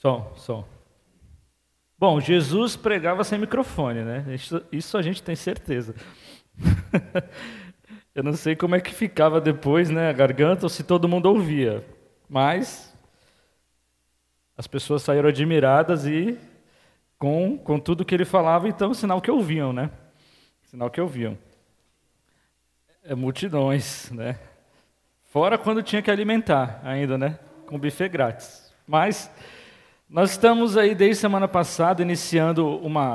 Som. Bom, Jesus pregava sem microfone, né? Isso a gente tem certeza. Eu não sei como é que ficava depois, né, a garganta, ou se todo mundo ouvia. Mas as pessoas saíram admiradas e com tudo que ele falava, então, sinal que ouviam, né? Sinal que ouviam. Multidões, né? Fora quando tinha que alimentar ainda, né? Com buffet grátis. Mas nós estamos aí desde semana passada iniciando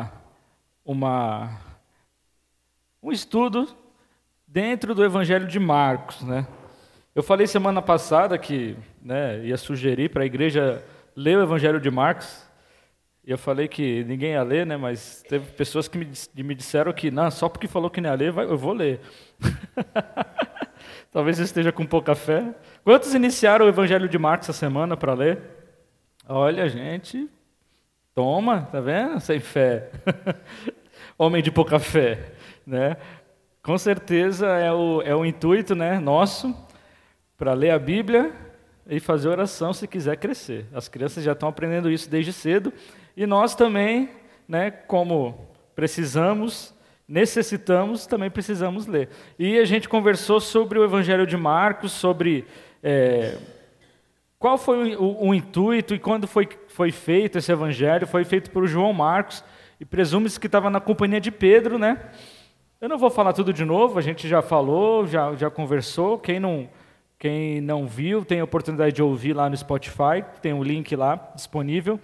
um estudo dentro do Evangelho de Marcos, né? Eu falei semana passada que, né, ia sugerir para a igreja ler o Evangelho de Marcos. E eu falei que ninguém ia ler, né? Mas teve pessoas que me disseram que não, só porque falou que não ia ler, eu vou ler. Talvez eu esteja com pouca fé. Quantos iniciaram o Evangelho de Marcos essa semana para ler? Olha, gente, toma, tá vendo? Sem fé. Homem de pouca fé, né? Com certeza é o intuito, né, nosso, para ler a Bíblia e fazer oração se quiser crescer. As crianças já estão aprendendo isso desde cedo. E nós também, né, como necessitamos, também precisamos ler. E a gente conversou sobre o Evangelho de Marcos, sobre qual foi o intuito e quando foi feito esse Evangelho. Foi feito por João Marcos, e presume-se que estava na companhia de Pedro, né? Eu não vou falar tudo de novo, a gente já falou, já conversou. Quem não viu, tem a oportunidade de ouvir lá no Spotify, tem um link lá disponível.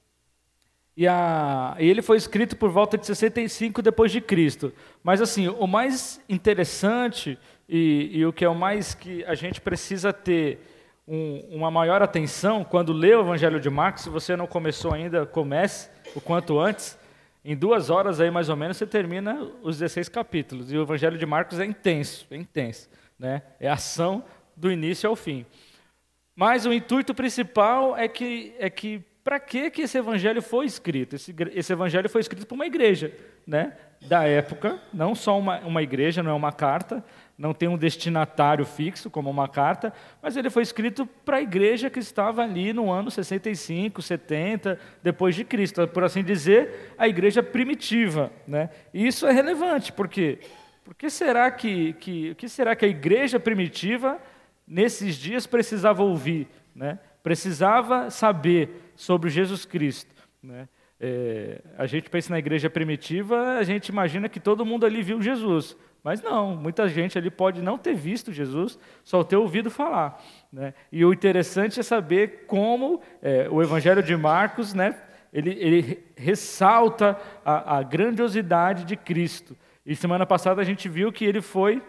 E ele foi escrito por volta de 65 depois de Cristo. Mas assim, o mais interessante e o que é o mais que a gente precisa ter uma maior atenção quando lê o Evangelho de Marcos, se você não começou ainda, comece o quanto antes. Em 2 horas aí mais ou menos você termina os 16 capítulos. E o Evangelho de Marcos é intenso, né? É ação do início ao fim. Mas o intuito principal é que para que esse evangelho foi escrito? Esse evangelho foi escrito por uma igreja, né, da época, não só uma igreja, não é uma carta, não tem um destinatário fixo como uma carta, mas ele foi escrito para a igreja que estava ali no ano 65, 70, depois de Cristo, por assim dizer, a igreja primitiva, né? E isso é relevante, porque o que será que a igreja primitiva nesses dias precisava ouvir, né? Precisava saber sobre Jesus Cristo, né? A gente pensa na igreja primitiva, a gente imagina que todo mundo ali viu Jesus, mas não, muita gente ali pode não ter visto Jesus, só ter ouvido falar, né? E o interessante é saber como o Evangelho de Marcos, né, ele ressalta a grandiosidade de Cristo. E semana passada a gente viu que ele foi...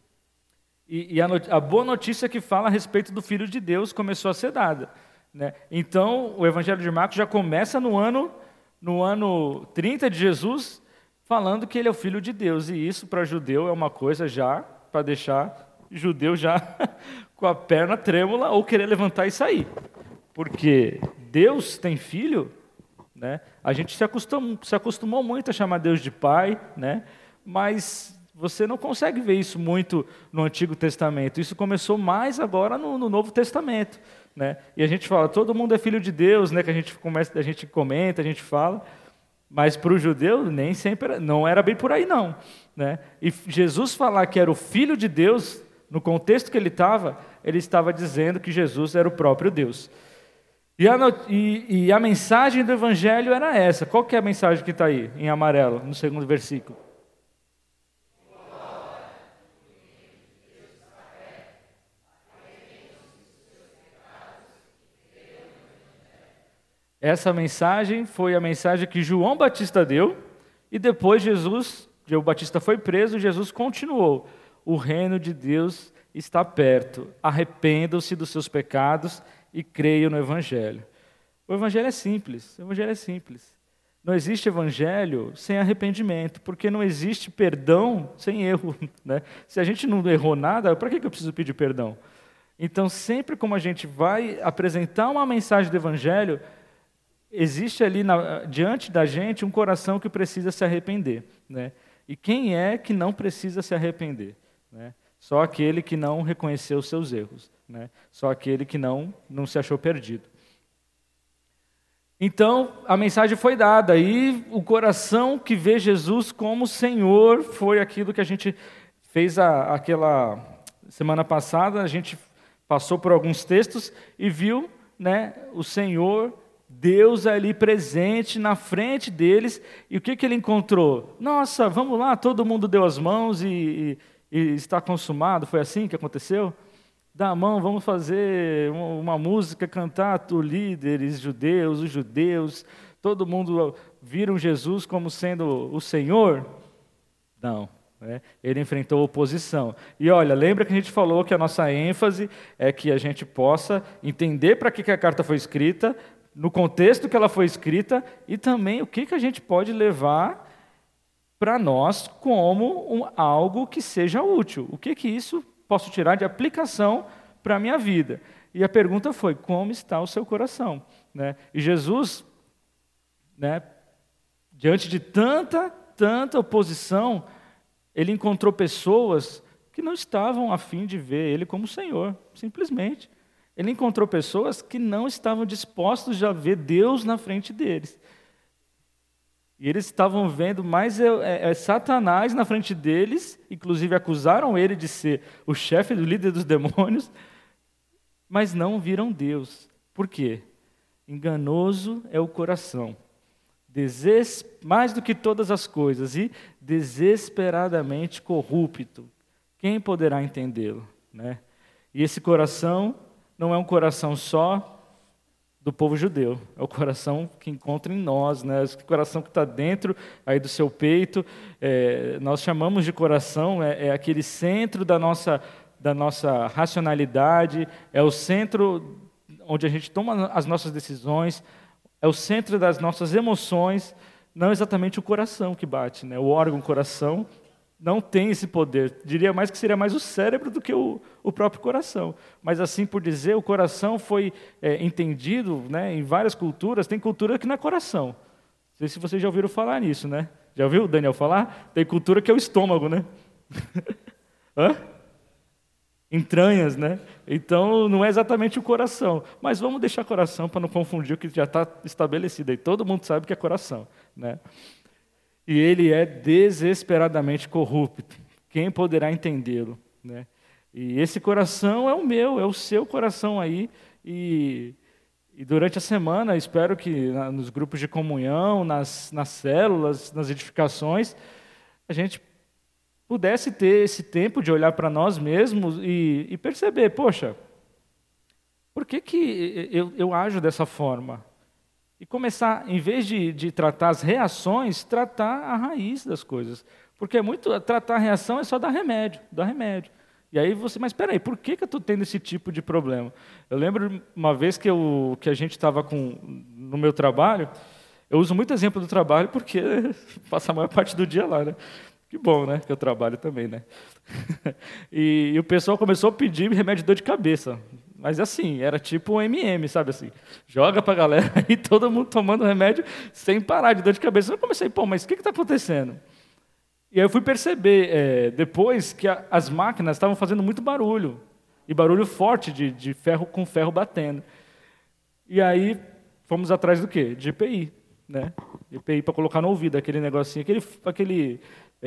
E a boa notícia que fala a respeito do Filho de Deus começou a ser dada, né? Então, o Evangelho de Marcos já começa no ano 30 de Jesus, falando que ele é o Filho de Deus. E isso para judeu é uma coisa já para deixar judeu já com a perna trêmula ou querer levantar e sair. Porque Deus tem filho, né? A gente se acostumou muito a chamar Deus de Pai, né? Mas você não consegue ver isso muito no Antigo Testamento. Isso começou mais agora no Novo Testamento, né? E a gente fala, todo mundo é filho de Deus, né? Que a gente comenta, a gente fala, mas para o judeu nem sempre, não era bem por aí não, né? E Jesus falar que era o Filho de Deus, no contexto que ele estava dizendo que Jesus era o próprio Deus. E a mensagem do Evangelho era essa. Qual que é a mensagem que está aí, em amarelo, no segundo versículo? Essa mensagem foi a mensagem que João Batista deu, e depois João Batista foi preso, Jesus continuou. O reino de Deus está perto, arrependam-se dos seus pecados e creiam no Evangelho. O Evangelho é simples, Não existe Evangelho sem arrependimento, porque não existe perdão sem erro, né? Se a gente não errou nada, para que eu preciso pedir perdão? Então, sempre como a gente vai apresentar uma mensagem do Evangelho, existe ali diante da gente um coração que precisa se arrepender, né? E quem é que não precisa se arrepender, né? Só aquele que não reconheceu os seus erros, né? Só aquele que não se achou perdido. Então, a mensagem foi dada, e o coração que vê Jesus como Senhor foi aquilo que a gente fez aquela semana passada. A gente passou por alguns textos e viu, né, o Senhor, Deus ali presente na frente deles. E o que ele encontrou? Nossa, vamos lá, todo mundo deu as mãos e está consumado. Foi assim que aconteceu? Dá a mão, vamos fazer uma música, cantar, líderes judeus, os judeus, todo mundo viram Jesus como sendo o Senhor? Não, né? Ele enfrentou oposição. E olha, lembra que a gente falou que a nossa ênfase é que a gente possa entender para que a carta foi escrita, no contexto que ela foi escrita, e também o que a gente pode levar para nós como algo que seja útil. O que isso posso tirar de aplicação para a minha vida? E a pergunta foi, como está o seu coração? Né? E Jesus, né, diante de tanta oposição, ele encontrou pessoas que não estavam a fim de ver ele como Senhor, simplesmente. Ele encontrou pessoas que não estavam dispostos a ver Deus na frente deles. E eles estavam vendo mais Satanás na frente deles, inclusive acusaram ele de ser o chefe do líder dos demônios, mas não viram Deus. Por quê? Enganoso é o coração, mais do que todas as coisas, e desesperadamente corrupto. Quem poderá entendê-lo? Né? E esse coração não é um coração só do povo judeu, é o coração que encontra em nós, né? O coração que está dentro aí do seu peito. Nós chamamos de coração, é aquele centro da nossa racionalidade, é o centro onde a gente toma as nossas decisões, é o centro das nossas emoções, não exatamente o coração que bate, né? O órgão coração não tem esse poder. Diria mais que seria mais o cérebro do que o próprio coração. Mas assim por dizer, o coração foi entendido, né, em várias culturas. Tem cultura que não é coração. Não sei se vocês já ouviram falar nisso, né? Já ouviu o Daniel falar? Tem cultura que é o estômago, né? Hã? Entranhas, né? Então não é exatamente o coração. Mas vamos deixar coração para não confundir o que já está estabelecido aí. Todo mundo sabe que é coração, né? E ele é desesperadamente corrupto. Quem poderá entendê-lo? Né? E esse coração é o meu, é o seu coração aí. E durante a semana, espero que nos grupos de comunhão, nas células, nas edificações, a gente pudesse ter esse tempo de olhar para nós mesmos e perceber, poxa, por que eu ajo dessa forma? E começar, em vez de tratar as reações, tratar a raiz das coisas. Porque tratar a reação é só dar remédio. E aí mas espera aí, por que eu estou tendo esse tipo de problema? Eu lembro uma vez que a gente estava no meu trabalho, eu uso muito exemplo do trabalho porque passo a maior parte do dia lá, né? Que bom, né? Que eu trabalho também, né? E o pessoal começou a pedir remédio de dor de cabeça. Mas assim, era tipo um MM, sabe assim? Joga pra galera e todo mundo tomando remédio sem parar de dor de cabeça. Eu comecei, mas o que está acontecendo? E aí eu fui perceber depois que as máquinas estavam fazendo muito barulho. E barulho forte de ferro com ferro batendo. E aí fomos atrás do quê? De EPI, né? EPI para colocar no ouvido, aquele negocinho, aquele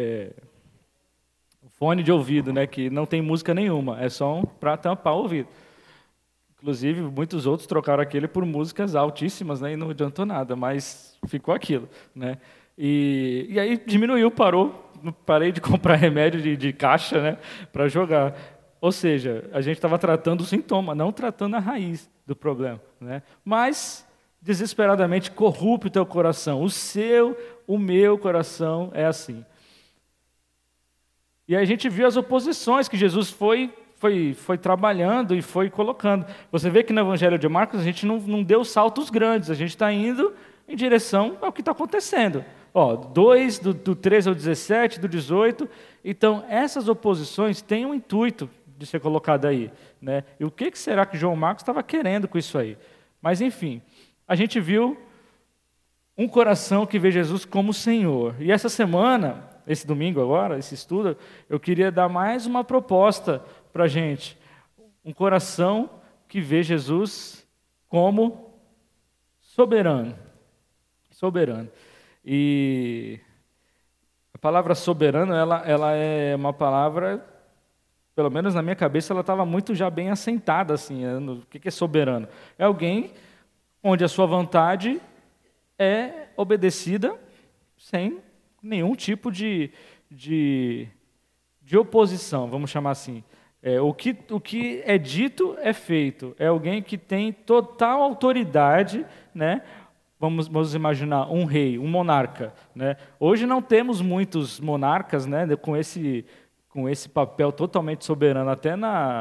fone de ouvido, né? Que não tem música nenhuma, é só para tampar o ouvido. Inclusive, muitos outros trocaram aquele por músicas altíssimas, né, e não adiantou nada, mas ficou aquilo. Né? E aí diminuiu, parei de comprar remédio de caixa, né, para jogar. Ou seja, a gente estava tratando o sintoma, não tratando a raiz do problema. Né? Mas, desesperadamente, corrupto o teu coração. O meu coração é assim. E aí a gente viu as oposições que Jesus foi trabalhando e foi colocando. Você vê que no Evangelho de Marcos a gente não deu saltos grandes, a gente está indo em direção ao que está acontecendo. 2, do 13 ao 17, do 18. Então, essas oposições têm um intuito de ser colocado aí. Né? E o que será que João Marcos estava querendo com isso aí? Mas, enfim, a gente viu um coração que vê Jesus como Senhor. E essa semana, esse domingo agora, esse estudo, eu queria dar mais uma proposta para a gente, um coração que vê Jesus como soberano. Soberano. E a palavra soberano, ela é uma palavra, pelo menos na minha cabeça, ela estava muito já bem assentada, assim. O que é soberano? É alguém onde a sua vontade é obedecida sem nenhum tipo de oposição, vamos chamar assim. O que é dito é feito. É alguém que tem total autoridade, né? Vamos imaginar um rei, um monarca, né? Hoje não temos muitos monarcas, né? Com esse papel totalmente soberano. Até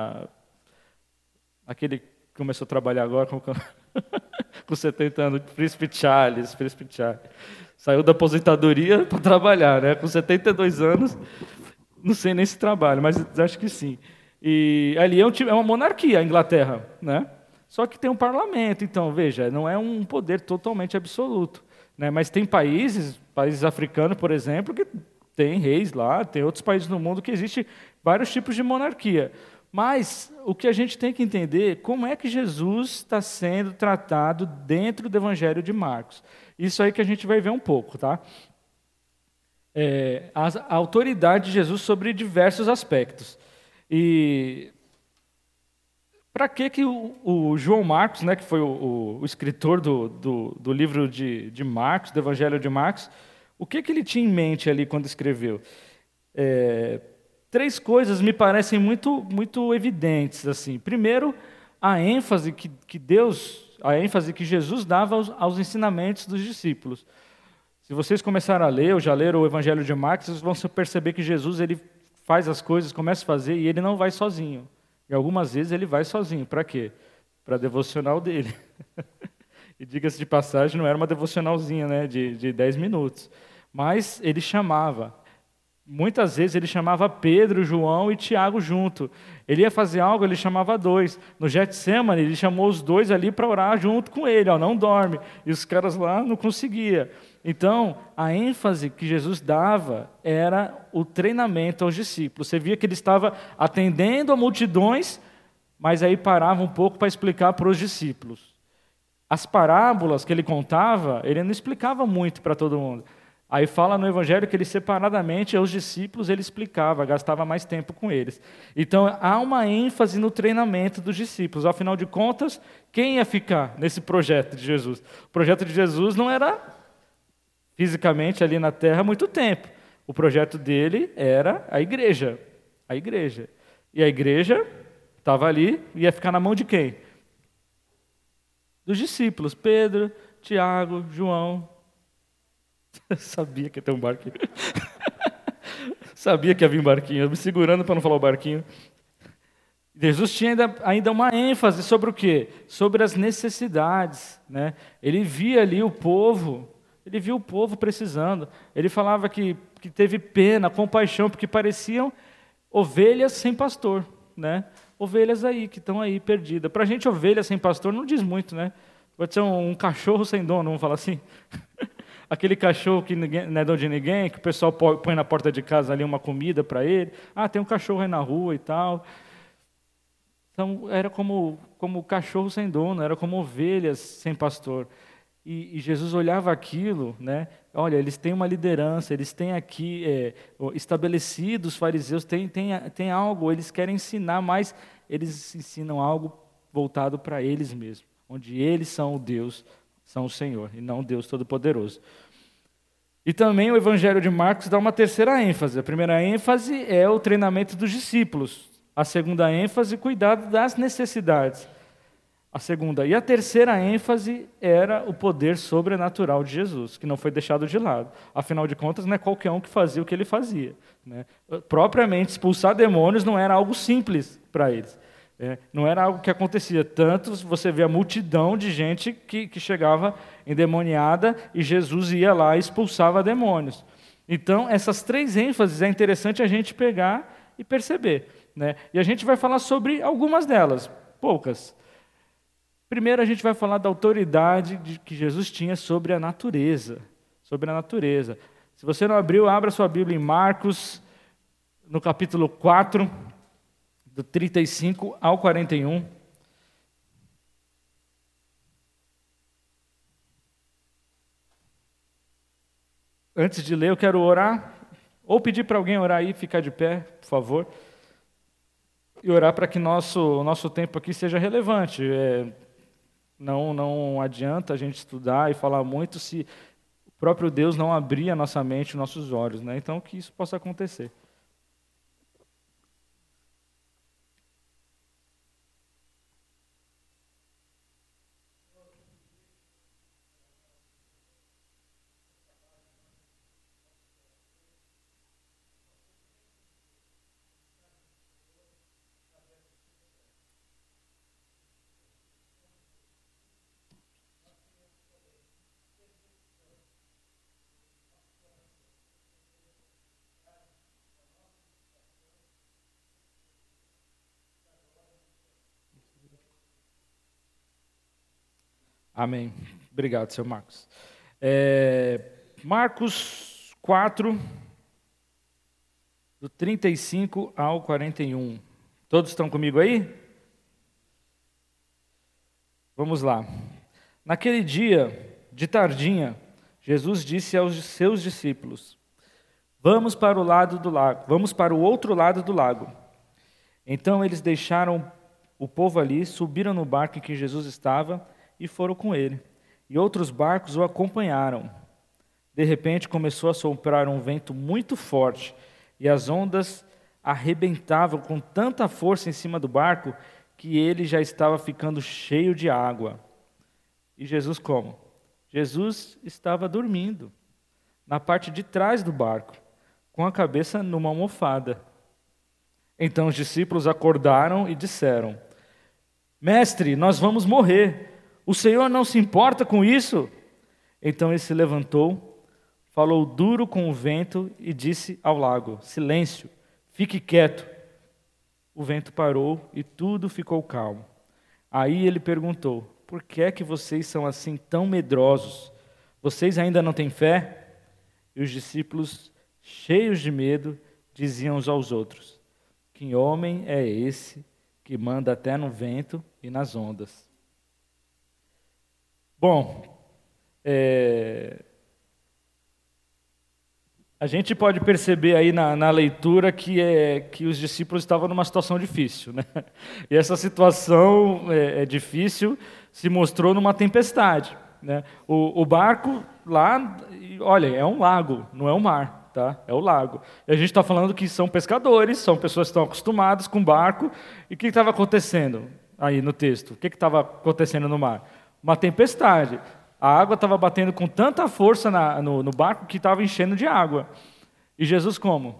aquele que começou a trabalhar agora com 70 anos, Príncipe Charles. Saiu da aposentadoria para trabalhar, né? Com 72 anos, não sei nem se trabalha, mas acho que sim. E ali é uma monarquia, a Inglaterra, né? Só que tem um parlamento, então, veja, não é um poder totalmente absoluto, né? Mas tem países africanos, por exemplo, que tem reis lá, tem outros países no mundo que existem vários tipos de monarquia. Mas o que a gente tem que entender, como é que Jesus está sendo tratado dentro do Evangelho de Marcos. Isso aí que a gente vai ver um pouco, tá? A autoridade de Jesus sobre diversos aspectos. E para que o João Marcos, né, que foi o escritor do livro de Marcos, do Evangelho de Marcos, o que ele tinha em mente ali quando escreveu? Três coisas me parecem muito, muito evidentes, assim. Primeiro, a ênfase que Jesus dava aos ensinamentos dos discípulos. Se vocês começarem a ler, ou já leram o Evangelho de Marcos, vocês vão perceber que Jesus ele faz as coisas, começa a fazer, e ele não vai sozinho. E algumas vezes ele vai sozinho. Para quê? Para a devocional dele. E diga-se de passagem, não era uma devocionalzinha, né, de 10 minutos. Mas ele chamava. Muitas vezes ele chamava Pedro, João e Tiago junto. Ele ia fazer algo, ele chamava dois. No Getsemane, ele chamou os dois ali para orar junto com ele. Não dorme. E os caras lá não conseguiam. Então, a ênfase que Jesus dava era o treinamento aos discípulos. Você via que ele estava atendendo a multidões, mas aí parava um pouco para explicar para os discípulos. As parábolas que ele contava, ele não explicava muito para todo mundo. Aí fala no Evangelho que ele separadamente, aos discípulos, ele explicava, gastava mais tempo com eles. Então, há uma ênfase no treinamento dos discípulos. Afinal de contas, quem ia ficar nesse projeto de Jesus? O projeto de Jesus não era fisicamente ali na terra há muito tempo. O projeto dele era a igreja. A igreja. E a igreja estava ali, ia ficar na mão de quem? Dos discípulos. Pedro, Tiago, João. Sabia que ia ter um barquinho. Sabia que ia vir um barquinho. Eu me segurando para não falar o barquinho. Jesus tinha ainda uma ênfase sobre o quê? Sobre as necessidades, né? Ele via ali o povo. Ele viu o povo precisando. Ele falava que teve pena, compaixão, porque pareciam ovelhas sem pastor, né? Ovelhas aí, que estão aí perdidas. Para a gente, ovelha sem pastor não diz muito, né? Pode ser um cachorro sem dono, vamos falar assim. Aquele cachorro que não é dono de ninguém, que o pessoal põe na porta de casa ali uma comida para ele. Tem um cachorro aí na rua e tal. Então, era como cachorro sem dono, era como ovelhas sem pastor. E Jesus olhava aquilo, né? Olha, eles têm uma liderança, eles têm aqui estabelecido, os fariseus têm algo, eles querem ensinar, mas eles ensinam algo voltado para eles mesmos, onde eles são o Deus, são o Senhor, e não o Deus Todo-Poderoso. E também o Evangelho de Marcos dá uma terceira ênfase. A primeira ênfase é o treinamento dos discípulos. A segunda ênfase, cuidado das necessidades. A segunda e a terceira ênfase era o poder sobrenatural de Jesus, que não foi deixado de lado. Afinal de contas, não é qualquer um que fazia o que ele fazia, né? Propriamente, expulsar demônios não era algo simples para eles. Não era algo que acontecia. Tanto você vê a multidão de gente que chegava endemoniada e Jesus ia lá e expulsava demônios. Então, essas três ênfases é interessante a gente pegar e perceber, né? E a gente vai falar sobre algumas delas, poucas. Primeiro, a gente vai falar da autoridade que Jesus tinha sobre a natureza. Sobre a natureza. Se você não abriu, abra sua Bíblia em Marcos, no capítulo 4, do 35 ao 41. antes de ler, eu quero orar, ou pedir para alguém orar aí, ficar de pé, por favor, e orar para que nosso tempo aqui seja relevante. Não adianta a gente estudar e falar muito se o próprio Deus não abrir a nossa mente, nossos olhos, né? Então, que isso possa acontecer. Amém. Obrigado, seu Marcos. Marcos 4, do 35 ao 41. Todos estão comigo aí? Vamos lá. Naquele dia, de tardinha, Jesus disse aos seus discípulos: Vamos para o lado do lago, vamos para o outro lado do lago. Então eles deixaram o povo ali, subiram no barco em que Jesus estava e foram com ele. E outros barcos o acompanharam. De repente começou a soprar um vento muito forte, e as ondas arrebentavam com tanta força em cima do barco que ele já estava ficando cheio de água. E Jesus como? Jesus estava dormindo, na parte de trás do barco, com a cabeça numa almofada. Então os discípulos acordaram e disseram: Mestre, nós vamos morrer. O Senhor não se importa com isso? Então ele se levantou, falou duro com o vento e disse ao lago: Silêncio, fique quieto. O vento parou e tudo ficou calmo. Aí ele perguntou: Por que é que vocês são assim tão medrosos? Vocês ainda não têm fé? E os discípulos, cheios de medo, diziam uns aos outros: Que homem é esse que manda até no vento e nas ondas? Bom, a gente pode perceber aí na leitura que os discípulos estavam numa situação difícil, né? E essa situação difícil se mostrou numa tempestade, né? O barco lá, olha, é um lago, não é um mar, tá? É o lago. E a gente está falando que são pescadores, são pessoas que estão acostumadas com barco. E o que estava acontecendo aí no texto? O que estava acontecendo no mar? Uma tempestade. A água estava batendo com tanta força no barco que estava enchendo de água. E Jesus como?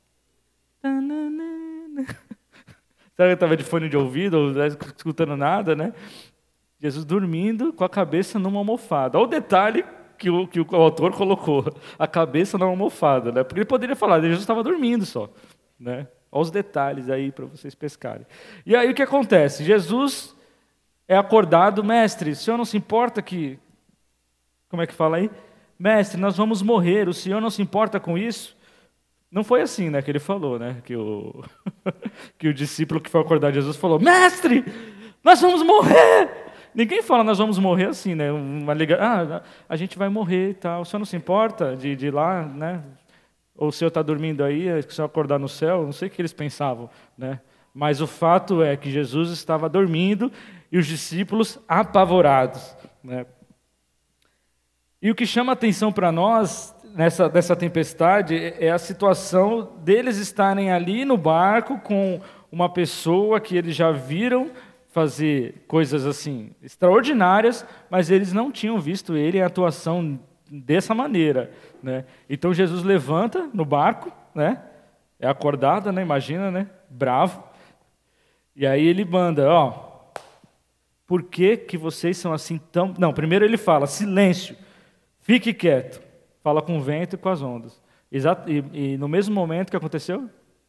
Será que estava de fone de ouvido, ou não escutando nada, né? Jesus dormindo com a cabeça numa almofada. Olha o detalhe que o autor colocou. A cabeça numa almofada, né? Porque ele poderia falar, Jesus estava dormindo só, né? Olha os detalhes aí para vocês pescarem. E aí o que acontece? Jesus é acordado: Mestre, o senhor não se importa que... Como é que fala aí? Mestre, nós vamos morrer, o senhor não se importa com isso? Não foi assim, né, que ele falou, né? Que o discípulo que foi acordar Jesus falou: Mestre, nós vamos morrer! Ninguém fala nós vamos morrer assim, né? A gente vai morrer e tal. O senhor não se importa de ir lá, né? Ou o senhor está dormindo aí, se o senhor acordar no céu? Não sei o que eles pensavam, né? Mas o fato é que Jesus estava dormindo e os discípulos apavorados, né? E o que chama atenção para nós nessa tempestade é a situação deles estarem ali no barco com uma pessoa que eles já viram fazer coisas assim extraordinárias, mas eles não tinham visto ele em atuação dessa maneira, né? Então Jesus levanta no barco, né? É acordado, né? Imagina, né? Bravo. E aí ele manda: por que vocês são assim tão... Não, primeiro ele fala: silêncio, fique quieto. Fala com o vento e com as ondas. E no mesmo momento que aconteceu,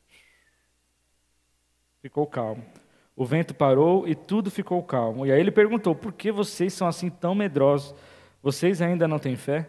ficou calmo. O vento parou e tudo ficou calmo. E aí ele perguntou: por que vocês são assim tão medrosos? Vocês ainda não têm fé?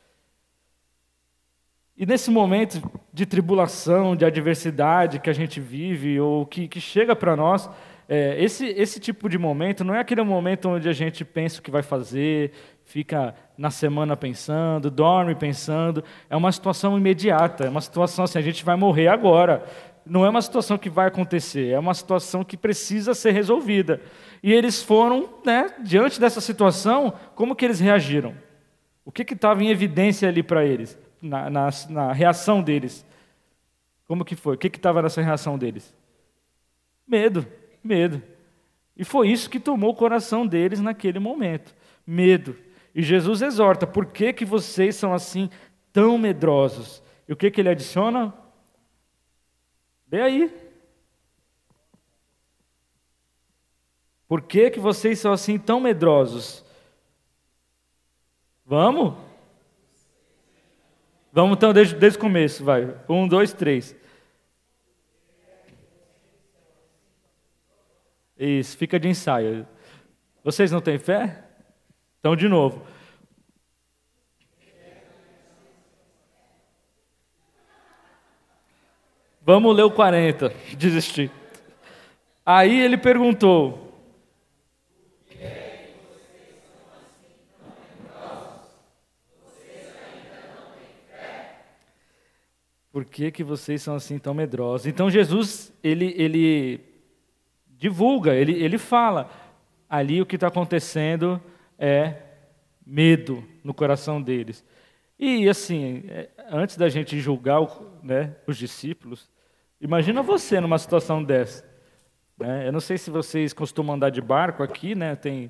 E nesse momento de tribulação, de adversidade que a gente vive, ou que chega para nós, Esse tipo de momento não é aquele momento onde a gente pensa o que vai fazer, fica na semana pensando, dorme pensando. É uma situação imediata, é uma situação assim, a gente vai morrer agora. Não é uma situação que vai acontecer, é uma situação que precisa ser resolvida. E eles foram, né, diante dessa situação, como que eles reagiram? O que estava em evidência ali para eles, na reação deles? Como que foi? O que estava nessa reação deles? Medo. Medo. E foi isso que tomou o coração deles naquele momento. Medo. E Jesus exorta, por que que vocês são assim tão medrosos? E o que que ele adiciona? Vê aí. Por que que vocês são assim tão medrosos? Vamos? Vamos então desde o começo, vai. 1, 2, 3. Isso, fica de ensaio. Vocês não têm fé? Então, de novo. Vamos ler o 40. Desisti. Aí ele perguntou. Por que que vocês são assim tão medrosos? Então Jesus, ele divulga, ele fala. Ali o que está acontecendo é medo no coração deles. E assim, antes da gente julgar né, os discípulos, imagina você numa situação dessa. Né? Eu não sei se vocês costumam andar de barco aqui, né? Tem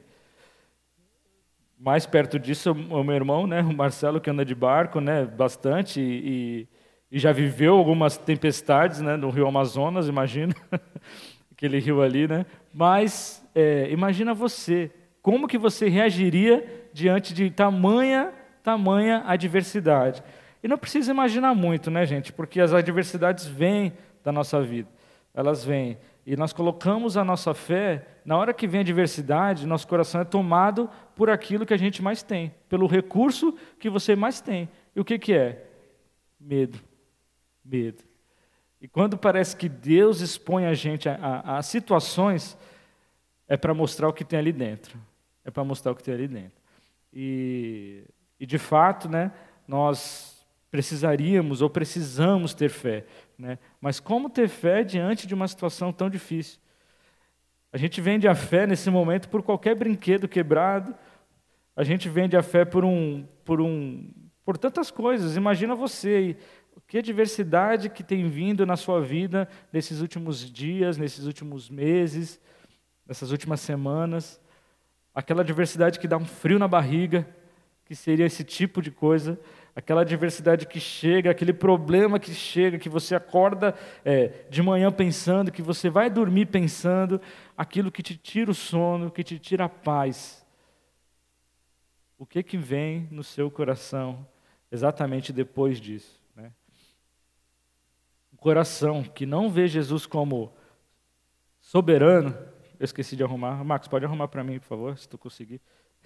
mais perto disso o meu irmão, né, o Marcelo, que anda de barco, né, bastante e já viveu algumas tempestades, né, no Rio Amazonas, imagina, aquele rio ali, né? Mas imagina você, como que você reagiria diante de tamanha adversidade? E não precisa imaginar muito, né, gente? Porque as adversidades vêm da nossa vida, elas vêm. E nós colocamos a nossa fé, na hora que vem a adversidade, nosso coração é tomado por aquilo que a gente mais tem, pelo recurso que você mais tem. E o que que é? Medo. Medo. E quando parece que Deus expõe a gente a situações, é para mostrar o que tem ali dentro. É para mostrar o que tem ali dentro. E de fato, né, nós precisaríamos ou precisamos ter fé. Né? Mas como ter fé diante de uma situação tão difícil? A gente vende a fé nesse momento por qualquer brinquedo quebrado, a gente vende a fé por tantas coisas. Imagina você, que adversidade que tem vindo na sua vida nesses últimos dias, nesses últimos meses, nessas últimas semanas, aquela adversidade que dá um frio na barriga, que seria esse tipo de coisa, aquela adversidade que chega, aquele problema que chega, que você acorda de manhã pensando, que você vai dormir pensando, aquilo que te tira o sono, que te tira a paz. O que que vem no seu coração exatamente depois disso? Né? Um coração que não vê Jesus como soberano. Eu esqueci de arrumar. Marcos, pode arrumar para mim, por favor, se tu conseguir.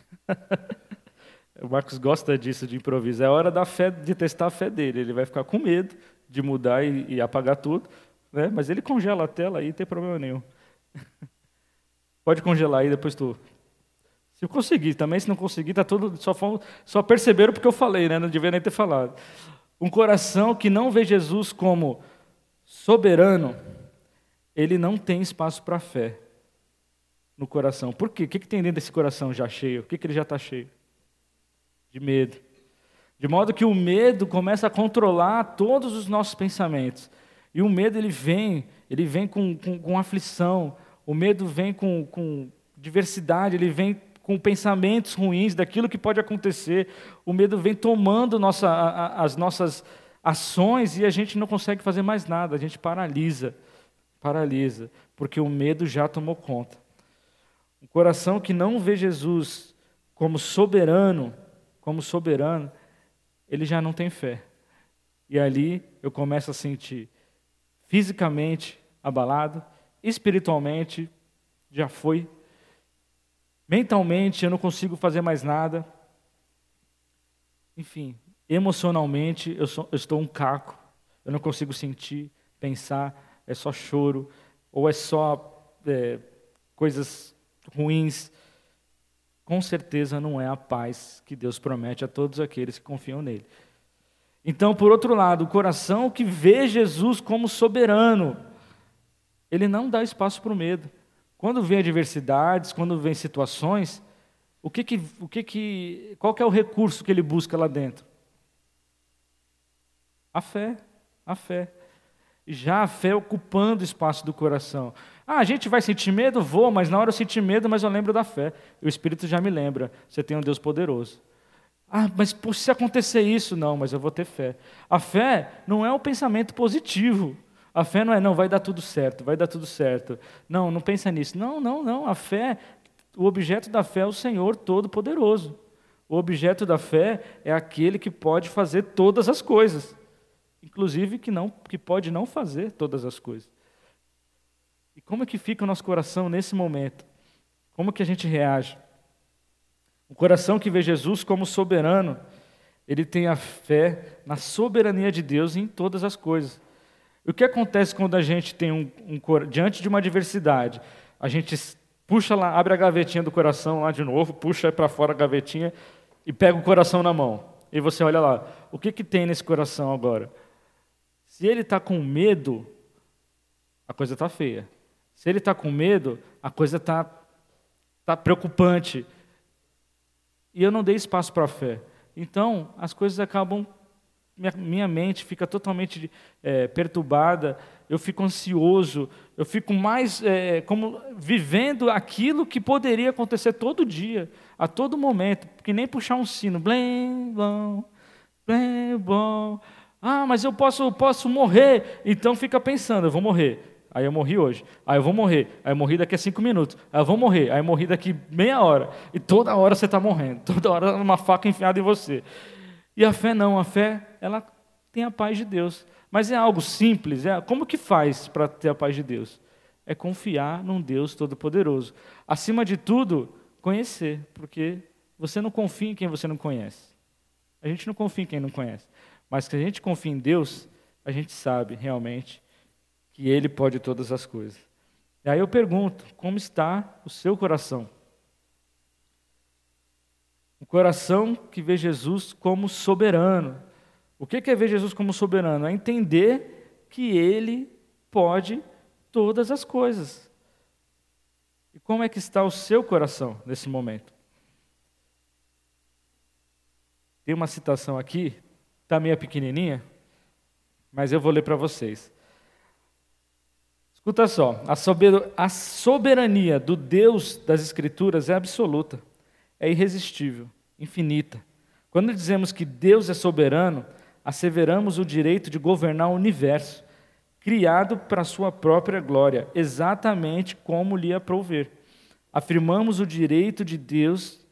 O Marcos gosta disso, de improviso. É hora da fé, de testar a fé dele. Ele vai ficar com medo de mudar e apagar tudo, né? Mas ele congela a tela aí, não tem problema nenhum. Pode congelar aí, depois tu... Se eu conseguir também, se não conseguir, tá tudo... Só perceberam porque eu falei, né? Não devia nem ter falado. Um coração que não vê Jesus como soberano, ele não tem espaço para fé no coração. Por quê? O que tem dentro desse coração já cheio? O que ele já está cheio? De medo. De modo que o medo começa a controlar todos os nossos pensamentos. E o medo ele vem com aflição, o medo vem com diversidade, ele vem com pensamentos ruins daquilo que pode acontecer. O medo vem tomando as nossas ações e a gente não consegue fazer mais nada, a gente paralisa, porque o medo já tomou conta. Um coração que não vê Jesus como soberano, ele já não tem fé. E ali eu começo a sentir fisicamente abalado, espiritualmente já foi, mentalmente eu não consigo fazer mais nada, enfim, emocionalmente eu estou um caco, eu não consigo sentir, pensar, é só choro, ou é só coisas ruins, com certeza não é a paz que Deus promete a todos aqueles que confiam nele. Então, por outro lado, o coração que vê Jesus como soberano, ele não dá espaço para o medo. Quando vem adversidades, quando vem situações, qual que é o recurso que ele busca lá dentro? A fé, a fé. Já a fé ocupando o espaço do coração. A gente vai sentir medo? Vou, mas na hora eu sentir medo, mas eu lembro da fé. O Espírito já me lembra, você tem um Deus poderoso. Mas se acontecer isso, não, mas eu vou ter fé. A fé não é um pensamento positivo. A fé não é, não, vai dar tudo certo, vai dar tudo certo. Não, não pensa nisso. Não. A fé, o objeto da fé é o Senhor Todo-Poderoso. O objeto da fé é aquele que pode fazer todas as coisas. Inclusive que pode não fazer todas as coisas. E como é que fica o nosso coração nesse momento? Como que a gente reage? O coração que vê Jesus como soberano, ele tem a fé na soberania de Deus em todas as coisas. O que acontece quando a gente tem diante de uma adversidade? A gente puxa lá, abre a gavetinha do coração lá de novo, puxa para fora a gavetinha e pega o coração na mão. E você olha lá, o que tem nesse coração agora? Se ele está com medo, a coisa está feia. Se ele está com medo, a coisa está preocupante. E eu não dei espaço para a fé. Então, as coisas acabam, minha mente fica totalmente perturbada, eu fico ansioso, eu fico mais como vivendo aquilo que poderia acontecer todo dia, a todo momento, que nem puxar um sino, blém, bom, blém, bom. Mas eu posso morrer, então fica pensando, eu vou morrer. Aí eu morri hoje, aí eu vou morrer, aí eu morri daqui a 5 minutos, aí eu vou morrer, aí eu morri daqui meia hora, e toda hora você está morrendo, toda hora uma faca enfiada em você. E a fé não, a fé, ela tem a paz de Deus, mas é algo simples, como que faz para ter a paz de Deus? É confiar num Deus Todo-Poderoso. Acima de tudo, conhecer, porque você não confia em quem você não conhece. A gente não confia em quem não conhece, mas se a gente confia em Deus, a gente sabe realmente que Ele pode todas as coisas. E aí eu pergunto, como está o seu coração? O coração que vê Jesus como soberano. O que é ver Jesus como soberano? É entender que Ele pode todas as coisas. E como é que está o seu coração nesse momento? Tem uma citação aqui, está meio pequenininha, mas eu vou ler para vocês. Escuta só, a soberania do Deus das Escrituras é absoluta, é irresistível, infinita. Quando dizemos que Deus é soberano, asseveramos o direito de governar o universo, criado para a sua própria glória, exatamente como lhe aprouver. Afirmamos que o direito de Deus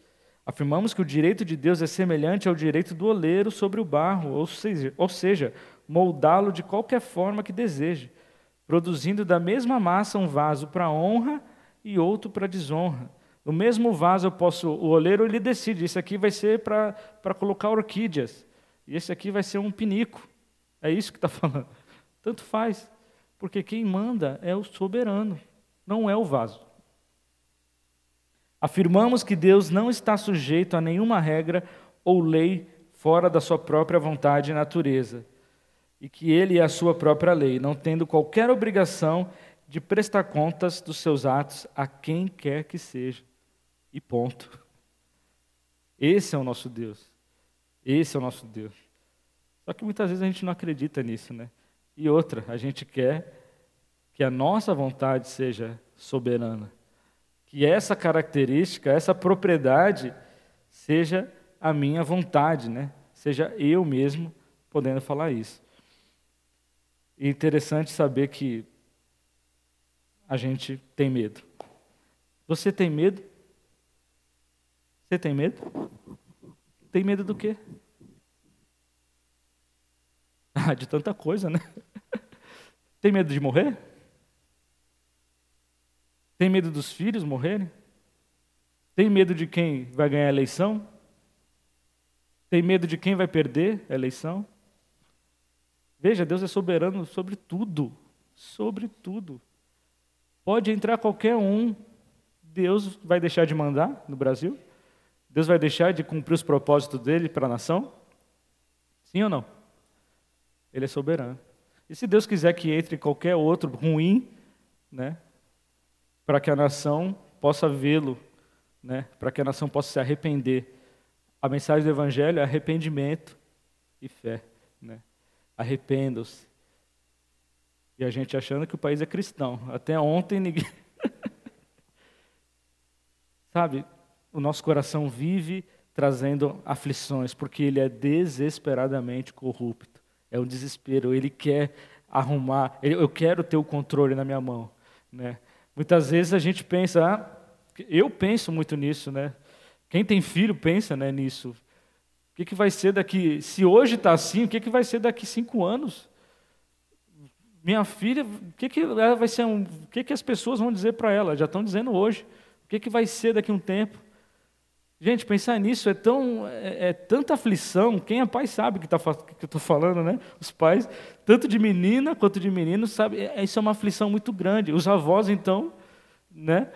é semelhante ao direito do oleiro sobre o barro, ou seja, moldá-lo de qualquer forma que deseje, produzindo da mesma massa um vaso para honra e outro para desonra. No mesmo vaso o oleiro ele decide, esse aqui vai ser para colocar orquídeas, e esse aqui vai ser um pinico. É isso que está falando. Tanto faz, porque quem manda é o soberano, não é o vaso. Afirmamos que Deus não está sujeito a nenhuma regra ou lei fora da sua própria vontade e natureza, e que Ele é a sua própria lei, não tendo qualquer obrigação de prestar contas dos seus atos a quem quer que seja. E ponto. Esse é o nosso Deus. Esse é o nosso Deus. Só que muitas vezes a gente não acredita nisso, né? E outra, a gente quer que a nossa vontade seja soberana. Que essa característica, essa propriedade, seja a minha vontade, né? Seja eu mesmo podendo falar isso. E é interessante saber que a gente tem medo. Você tem medo? Você tem medo? Tem medo do quê? De tanta coisa, né? Tem medo de morrer? Tem medo dos filhos morrerem? Tem medo de quem vai ganhar a eleição? Tem medo de quem vai perder a eleição? Veja, Deus é soberano sobre tudo. Sobre tudo. Pode entrar qualquer um Deus vai deixar de mandar no Brasil? Deus vai deixar de cumprir os propósitos dele para a nação? Sim ou não? Ele é soberano. E se Deus quiser que entre qualquer outro ruim, né, para que a nação possa vê-lo, né, para que a nação possa se arrepender. A mensagem do Evangelho é arrependimento e fé. Né? Arrependam-se. E a gente achando que o país é cristão. Até ontem ninguém... Sabe, o nosso coração vive trazendo aflições, porque ele é desesperadamente corrupto. É um desespero, ele quer arrumar, eu quero ter o controle na minha mão. Né? Muitas vezes a gente pensa, eu penso muito nisso, né? Quem tem filho pensa, né, nisso. O que vai ser daqui, se hoje está assim, o que vai ser daqui 5 anos? Minha filha, o que ela vai ser, o que as pessoas vão dizer para ela? Já estão dizendo hoje. O que vai ser daqui a um tempo? Gente, pensar nisso é tanta aflição. Quem é pai sabe que eu estou falando, né? Os pais, tanto de menina quanto de menino, sabe? Isso é uma aflição muito grande. Os avós, então, né?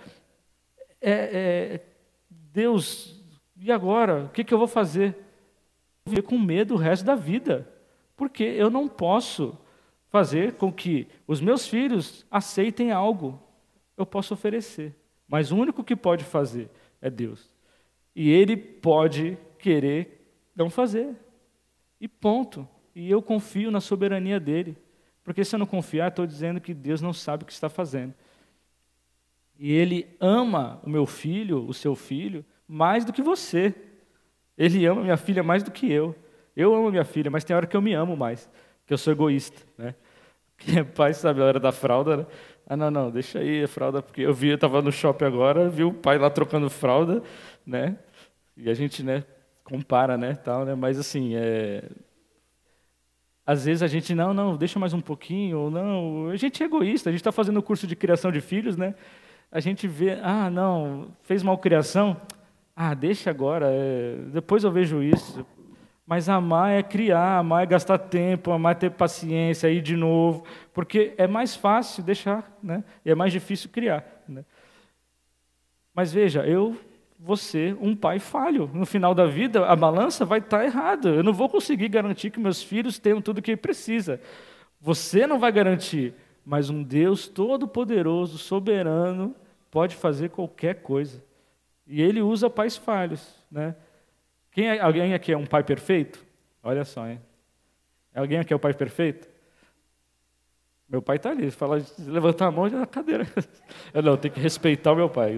Deus, e agora? O que eu vou fazer? Vou viver com medo o resto da vida, porque eu não posso fazer com que os meus filhos aceitem algo. Eu posso oferecer, mas o único que pode fazer é Deus. E Ele pode querer não fazer. E ponto. E eu confio na soberania dEle. Porque se eu não confiar, estou dizendo que Deus não sabe o que está fazendo. E Ele ama o meu filho, o seu filho, mais do que você. Ele ama minha filha mais do que eu. Eu amo minha filha, mas tem hora que eu me amo mais. Que eu sou egoísta. Né? Quem é pai sabe a hora da fralda, né? Ah, não, deixa aí a fralda, porque eu estava no shopping agora, vi o pai lá trocando fralda, né? E a gente, né, compara, né, tal, né? Mas assim, às vezes a gente, não, deixa mais um pouquinho, ou não, a gente é egoísta, a gente está fazendo o curso de criação de filhos, né? A gente vê, não, fez malcriação, deixa agora, depois eu vejo isso. Mas amar é criar, amar é gastar tempo, amar é ter paciência, ir de novo, porque é mais fácil deixar, né? E é mais difícil criar. Né? Mas veja, eu vou ser um pai falho. No final da vida, a balança vai estar errada. Eu não vou conseguir garantir que meus filhos tenham tudo o que precisa. Você não vai garantir, mas um Deus todo-poderoso, soberano, pode fazer qualquer coisa. E Ele usa pais falhos, né? Alguém aqui é um pai perfeito? Olha só, hein? Alguém aqui é o pai perfeito? Meu pai está ali, fala, levantar a mão na cadeira. Eu tenho que respeitar o meu pai.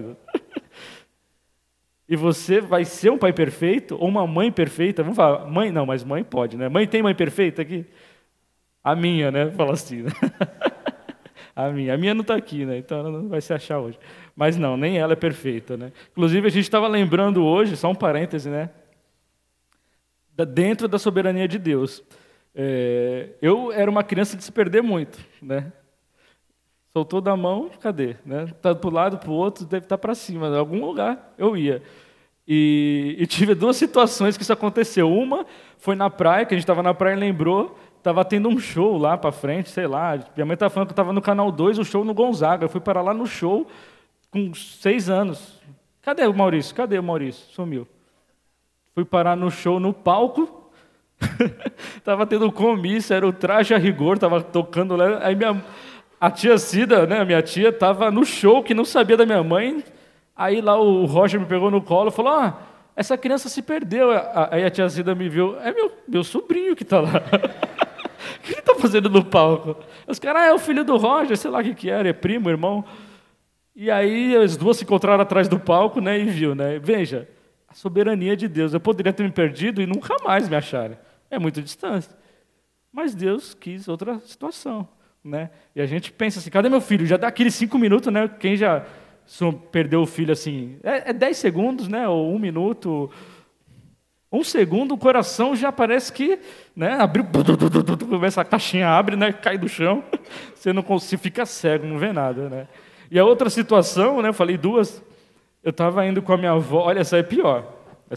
E você vai ser um pai perfeito ou uma mãe perfeita? Vamos falar, mãe não, mas mãe pode, né? Mãe tem mãe perfeita aqui? A minha, né? Fala assim, né? A minha não está aqui, né? Então ela não vai se achar hoje. Mas não, nem ela é perfeita, né? Inclusive a gente estava lembrando hoje, só um parêntese, né? Dentro da soberania de Deus. Eu era uma criança de se perder muito, né? Soltou da mão, cadê? Né? Tá para o lado, para o outro, deve estar para cima, em algum lugar eu ia. E tive 2 situações que isso aconteceu. Uma foi na praia, que a gente estava na praia e lembrou, estava tendo um show lá para frente, sei lá. Minha mãe estava falando que eu estava no Canal 2, o show no Gonzaga. Eu fui para lá no show com 6 anos. Cadê o Maurício? Sumiu. Fui parar no show, no palco, estava tendo um comício, era o Traje a Rigor, estava tocando lá, aí a tia Cida, né, a minha tia, estava no show, que não sabia da minha mãe, aí lá o Roger me pegou no colo e falou, essa criança se perdeu, aí a tia Cida me viu, é meu sobrinho que está lá, o que ele está fazendo no palco? Os caras, é o filho do Roger, sei lá o que era, é primo, irmão, e aí as 2 se encontraram atrás do palco, né, e viu, né, veja, soberania de Deus. Eu poderia ter me perdido e nunca mais me acharem. É muito distante. Mas Deus quis outra situação, né? E a gente pensa assim, cadê meu filho? Já dá aqueles 5 minutos, né? Quem já perdeu o filho assim, 10 segundos, né? Ou 1 minuto. 1 segundo, o coração já parece que, né? Abriu, começa a caixinha abre, né? Cai do chão. Você fica cego, não vê nada, né? E a outra situação, né? Eu falei 2. Eu estava indo com a minha avó, olha, essa é pior.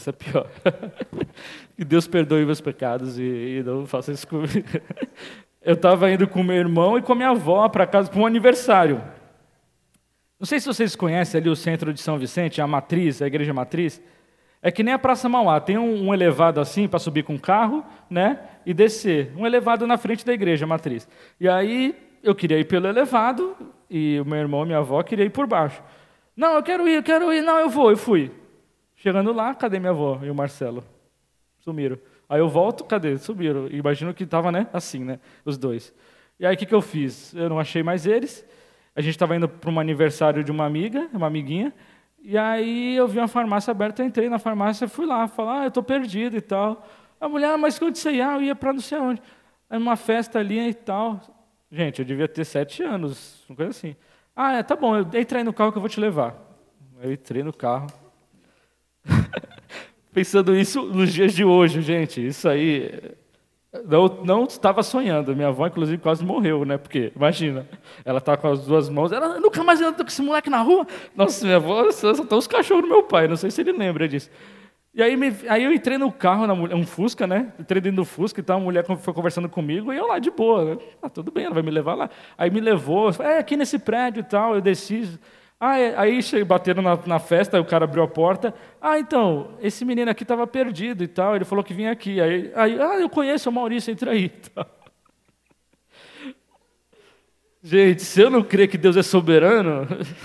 Que Deus perdoe meus pecados e não faça isso comigo. Eu estava indo com meu irmão e com a minha avó para casa para um aniversário. Não sei se vocês conhecem ali o centro de São Vicente, a matriz, a igreja matriz. É que nem a Praça Mauá, tem um elevado assim para subir com o carro, né, e descer. Um elevado na frente da igreja matriz. E aí eu queria ir pelo elevado e o meu irmão e minha avó queriam ir por baixo. Não, eu quero ir, não, eu fui. Chegando lá, cadê minha avó e o Marcelo? Sumiram. Aí eu volto, cadê? Sumiram. Imagino que estava, né, assim, né, os dois. E aí o que eu fiz? Eu não achei mais eles. A gente estava indo para um aniversário de uma amiga, uma amiguinha, e aí eu vi uma farmácia aberta, eu entrei na farmácia, fui lá, falar, eu estou perdido e tal. A mulher, mas quando você ia? Eu ia para não sei onde. Aí uma festa ali e tal. Gente, eu devia ter 7 anos, uma coisa assim. Tá bom, entra aí no carro que eu vou te levar. Eu entrei no carro. Pensando isso nos dias de hoje, gente, isso aí... Não estava sonhando. Minha avó, inclusive, quase morreu, né? Porque, imagina, ela estava com as duas mãos, ela nunca mais anda com esse moleque na rua. Nossa, minha avó, só estão os cachorros do meu pai, não sei se ele lembra disso. E aí eu entrei no carro, um Fusca, né? Entrei dentro do Fusca e tal, a mulher foi conversando comigo, e eu lá de boa, né? Tudo bem, ela vai me levar lá. Aí me levou, aqui nesse prédio e tal, eu desci. Aí bateram na festa, aí o cara abriu a porta. Então, esse menino aqui estava perdido e tal, ele falou que vinha aqui. Eu conheço o Maurício, entra aí. Gente, se eu não crer que Deus é soberano...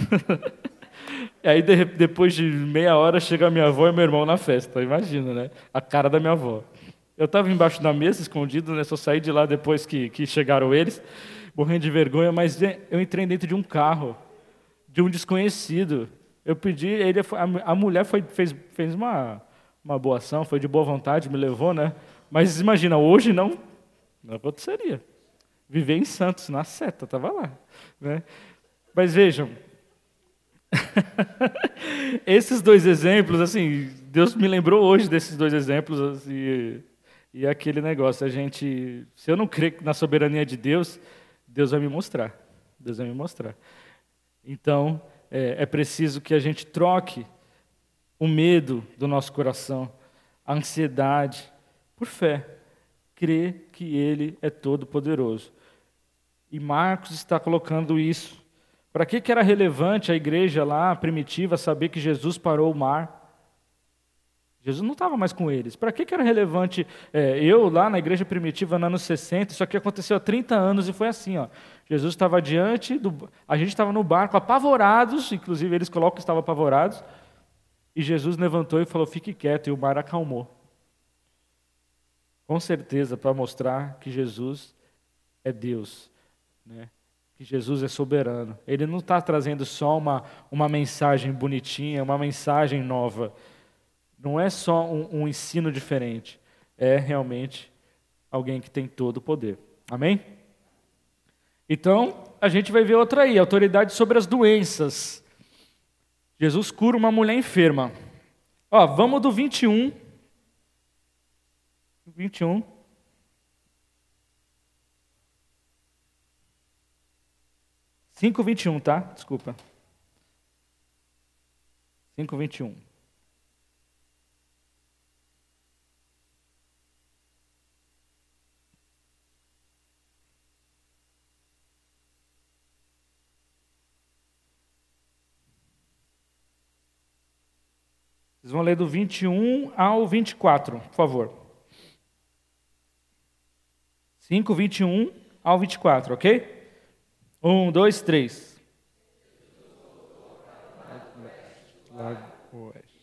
Aí depois de meia hora chega a minha avó e meu irmão na festa, imagina, né? A cara da minha avó. Eu estava embaixo da mesa, escondido, né? Só saí de lá depois que chegaram eles, morrendo de vergonha, mas eu entrei dentro de um carro, de um desconhecido. Eu pedi, a mulher fez uma boa ação, foi de boa vontade, me levou, né? Mas imagina, hoje não aconteceria. Viver em Santos, na seta, estava lá, né? Mas vejam, esses dois exemplos, assim, Deus me lembrou hoje desses dois exemplos, assim, e aquele negócio, se eu não crer na soberania de Deus, Deus vai me mostrar. Deus vai me mostrar. Então, é preciso que a gente troque o medo do nosso coração, a ansiedade, por fé. Crer que Ele é todo-poderoso. E Marcos está colocando isso. Para que era relevante a igreja lá, primitiva, saber que Jesus parou o mar? Jesus não estava mais com eles. Para que era relevante eu lá na igreja primitiva nos anos 60, isso aqui aconteceu há 30 anos e foi assim, ó. Jesus estava a gente estava no barco, apavorados, inclusive eles colocam que estavam apavorados, e Jesus levantou e falou, fique quieto, e o mar acalmou. Com certeza, para mostrar que Jesus é Deus, né? Que Jesus é soberano. Ele não está trazendo só uma mensagem bonitinha, uma mensagem nova. Não é só um ensino diferente. É realmente alguém que tem todo o poder. Amém? Então, a gente vai ver outra aí, autoridade sobre as doenças. Jesus cura uma mulher enferma. Vamos do 21. 21. 5:21, tá? Desculpa. 5:21. Vocês vão ler do 21 ao 24, por favor. 5:21 ao 24, ok? 1, 2, 3. Lago Oeste.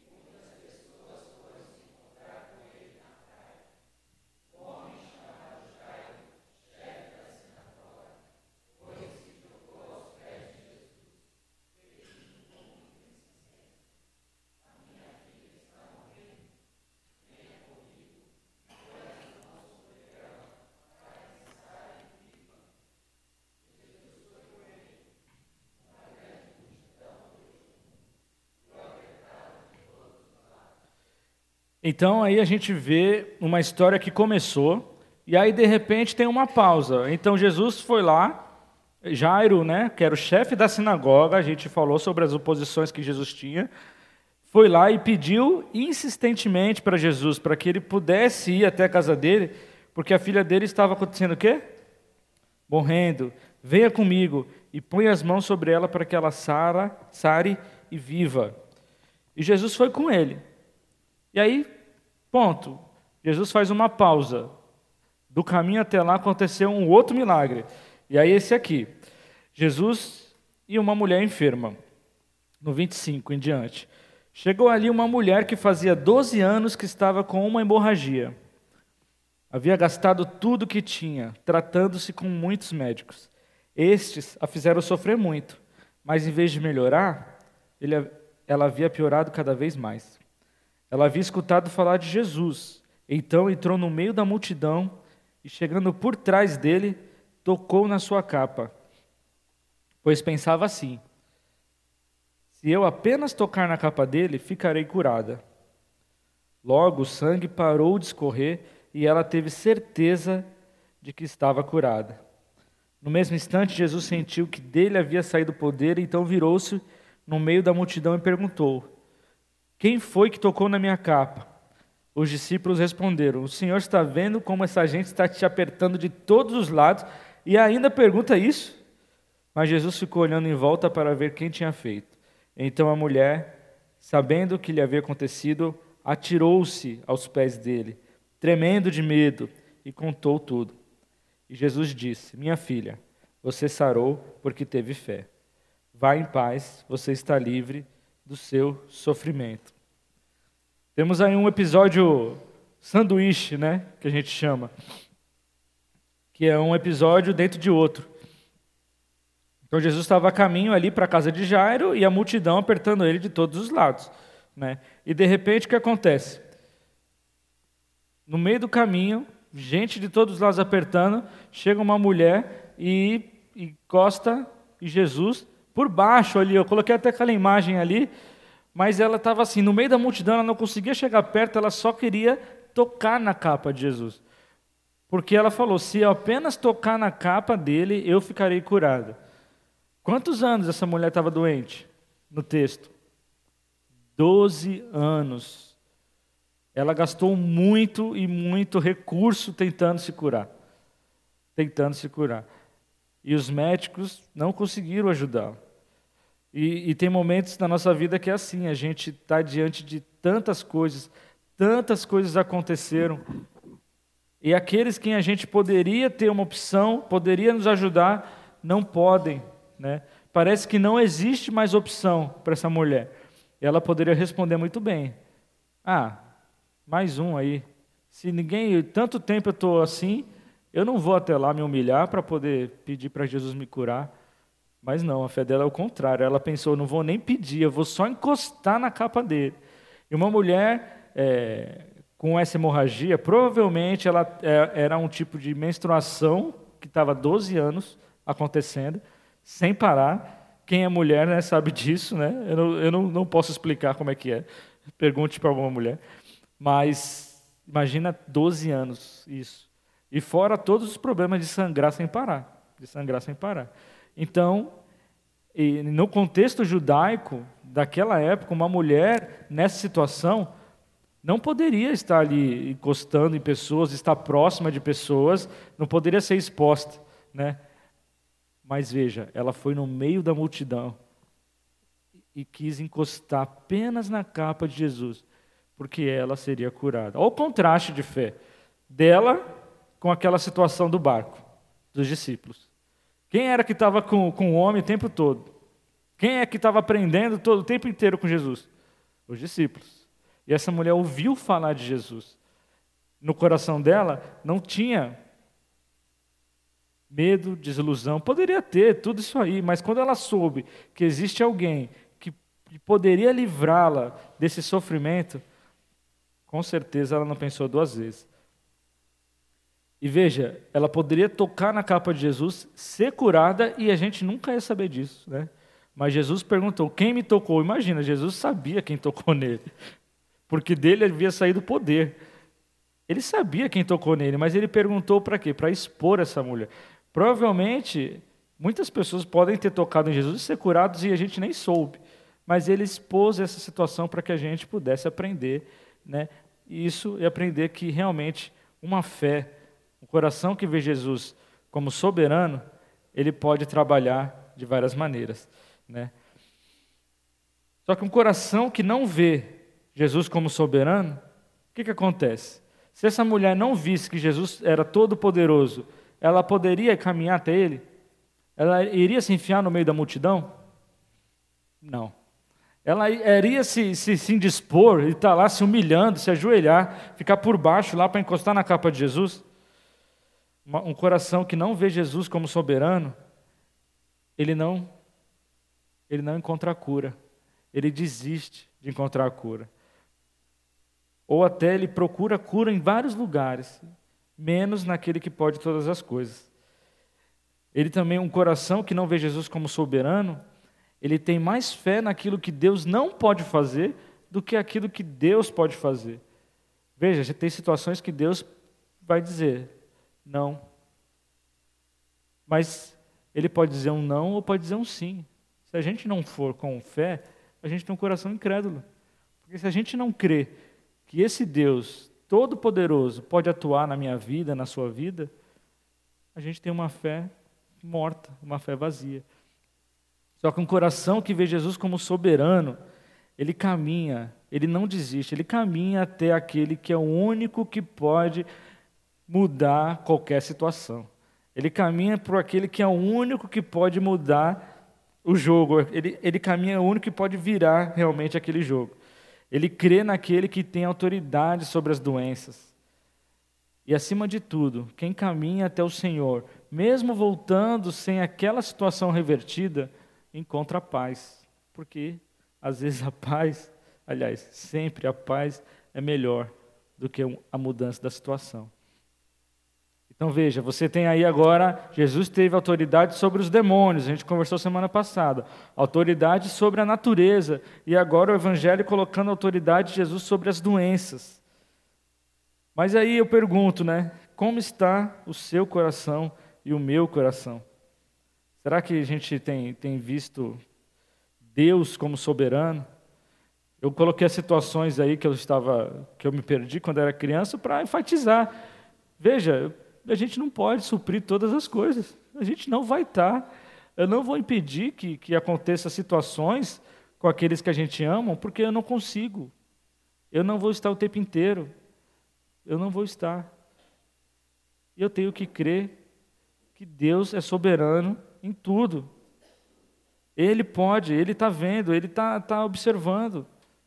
Então aí a gente vê uma história que começou e aí de repente tem uma pausa. Então Jesus foi lá, Jairo, né, que era o chefe da sinagoga, a gente falou sobre as oposições que Jesus tinha, foi lá e pediu insistentemente para Jesus, para que ele pudesse ir até a casa dele, porque a filha dele estava acontecendo o quê? Morrendo. venha comigo e põe as mãos sobre ela para que ela sare e viva. E Jesus foi com ele. E aí, ponto. Jesus faz uma pausa. Do caminho até lá aconteceu um outro milagre. E aí esse aqui. Jesus e uma mulher enferma. No 25 em diante. Chegou ali uma mulher que fazia 12 anos que estava com uma hemorragia. Havia gastado tudo que tinha, tratando-se com muitos médicos. Estes a fizeram sofrer muito, mas em vez de melhorar, ela havia piorado cada vez mais. Ela havia escutado falar de Jesus, então entrou no meio da multidão e, chegando por trás dele, tocou na sua capa, pois pensava assim: se eu apenas tocar na capa dele, ficarei curada. Logo o sangue parou de escorrer e ela teve certeza de que estava curada. No mesmo instante, Jesus sentiu que dele havia saído o poder, e então virou-se no meio da multidão e perguntou: quem foi que tocou na minha capa? Os discípulos responderam: o Senhor está vendo como essa gente está te apertando de todos os lados e ainda pergunta isso? Mas Jesus ficou olhando em volta para ver quem tinha feito. Então a mulher, sabendo o que lhe havia acontecido, atirou-se aos pés dele, tremendo de medo, e contou tudo. E Jesus disse: minha filha, você sarou porque teve fé. Vá em paz, você está livre do seu sofrimento. Temos aí um episódio sanduíche, né, que a gente chama, que é um episódio dentro de outro. Então Jesus estava a caminho ali para a casa de Jairo e a multidão apertando ele de todos os lados, né? E de repente o que acontece? No meio do caminho, gente de todos os lados apertando, chega uma mulher e encosta em Jesus por baixo ali. Eu coloquei até aquela imagem ali, mas ela estava assim, no meio da multidão, ela não conseguia chegar perto, ela só queria tocar na capa de Jesus. Porque ela falou: se eu apenas tocar na capa dele, eu ficarei curada. Quantos anos essa mulher estava doente? No texto. 12 anos. Ela gastou muito e muito recurso tentando se curar. Tentando se curar. E os médicos não conseguiram ajudá-la. E tem momentos na nossa vida que é assim, a gente está diante de tantas coisas aconteceram, e aqueles que a gente poderia ter uma opção, poderia nos ajudar, não podem, né? Parece que não existe mais opção para essa mulher. Ela poderia responder muito bem: mais um aí. Se ninguém, tanto tempo eu estou assim, eu não vou até lá me humilhar para poder pedir para Jesus me curar. Mas não, a fé dela é o contrário. Ela pensou: não vou nem pedir, eu vou só encostar na capa dele. E uma mulher com essa hemorragia, provavelmente ela era um tipo de menstruação que estava 12 anos acontecendo, sem parar. Quem é mulher, né, sabe disso, né? Eu não posso explicar como é que é. Pergunte para alguma mulher. Mas imagina 12 anos isso. E fora todos os problemas de sangrar sem parar. Então, no contexto judaico daquela época, uma mulher nessa situação não poderia estar ali encostando em pessoas, estar próxima de pessoas, não poderia ser exposta, né? Mas veja, ela foi no meio da multidão e quis encostar apenas na capa de Jesus, porque ela seria curada. Olha o contraste de fé dela com aquela situação do barco, dos discípulos. Quem era que estava com o homem o tempo todo? Quem é que estava aprendendo todo o tempo inteiro com Jesus? Os discípulos. E essa mulher ouviu falar de Jesus. No coração dela não tinha medo, desilusão. Poderia ter tudo isso aí, mas quando ela soube que existe alguém que poderia livrá-la desse sofrimento, com certeza ela não pensou duas vezes. E veja, ela poderia tocar na capa de Jesus, ser curada, e a gente nunca ia saber disso, né? Mas Jesus perguntou: quem me tocou? Imagina, Jesus sabia quem tocou nele, porque dele havia saído o poder. Ele sabia quem tocou nele, mas ele perguntou para quê? Para expor essa mulher. Provavelmente, muitas pessoas podem ter tocado em Jesus e ser curados e a gente nem soube, mas ele expôs essa situação para que a gente pudesse aprender, né? Isso e aprender que realmente uma fé, um coração que vê Jesus como soberano, ele pode trabalhar de várias maneiras, né? Só que um coração que não vê Jesus como soberano, o que acontece? Se essa mulher não visse que Jesus era todo-poderoso, ela poderia caminhar até ele? Ela iria se enfiar no meio da multidão? Não. Ela iria se indispor e estar lá se humilhando, se ajoelhar, ficar por baixo lá para encostar na capa de Jesus? Um coração que não vê Jesus como soberano, ele não encontra a cura. Ele desiste de encontrar a cura. Ou até ele procura cura em vários lugares, menos naquele que pode todas as coisas. Ele também, um coração que não vê Jesus como soberano, ele tem mais fé naquilo que Deus não pode fazer do que aquilo que Deus pode fazer. Veja, já tem situações que Deus vai dizer não. Mas ele pode dizer um não ou pode dizer um sim. Se a gente não for com fé, a gente tem um coração incrédulo. Porque se a gente não crê que esse Deus todo-poderoso pode atuar na minha vida, na sua vida, a gente tem uma fé morta, uma fé vazia. Só que um coração que vê Jesus como soberano, ele caminha, ele não desiste, ele caminha até aquele que é o único que pode mudar qualquer situação. Ele caminha por aquele que é o único que pode mudar o jogo. Ele caminha o único que pode virar realmente aquele jogo. Ele crê naquele que tem autoridade sobre as doenças. E acima de tudo, quem caminha até o Senhor, mesmo voltando sem aquela situação revertida, encontra a paz. Porque às vezes a paz, aliás, sempre a paz é melhor do que a mudança da situação. Então veja, você tem aí agora, Jesus teve autoridade sobre os demônios, a gente conversou semana passada, autoridade sobre a natureza, e agora o Evangelho colocando a autoridade de Jesus sobre as doenças. Mas aí eu pergunto, né, como está o seu coração e o meu coração? Será que a gente tem visto Deus como soberano? Eu coloquei as situações aí que eu me perdi quando era criança para enfatizar. Veja, a gente não pode suprir todas as coisas. A gente não vai estar. Eu não vou impedir que aconteçam situações com aqueles que a gente ama, porque eu não consigo. Eu não vou estar o tempo inteiro. Eu não vou estar. E eu tenho que crer que Deus é soberano em tudo. Ele pode, Ele está vendo, Ele está observando.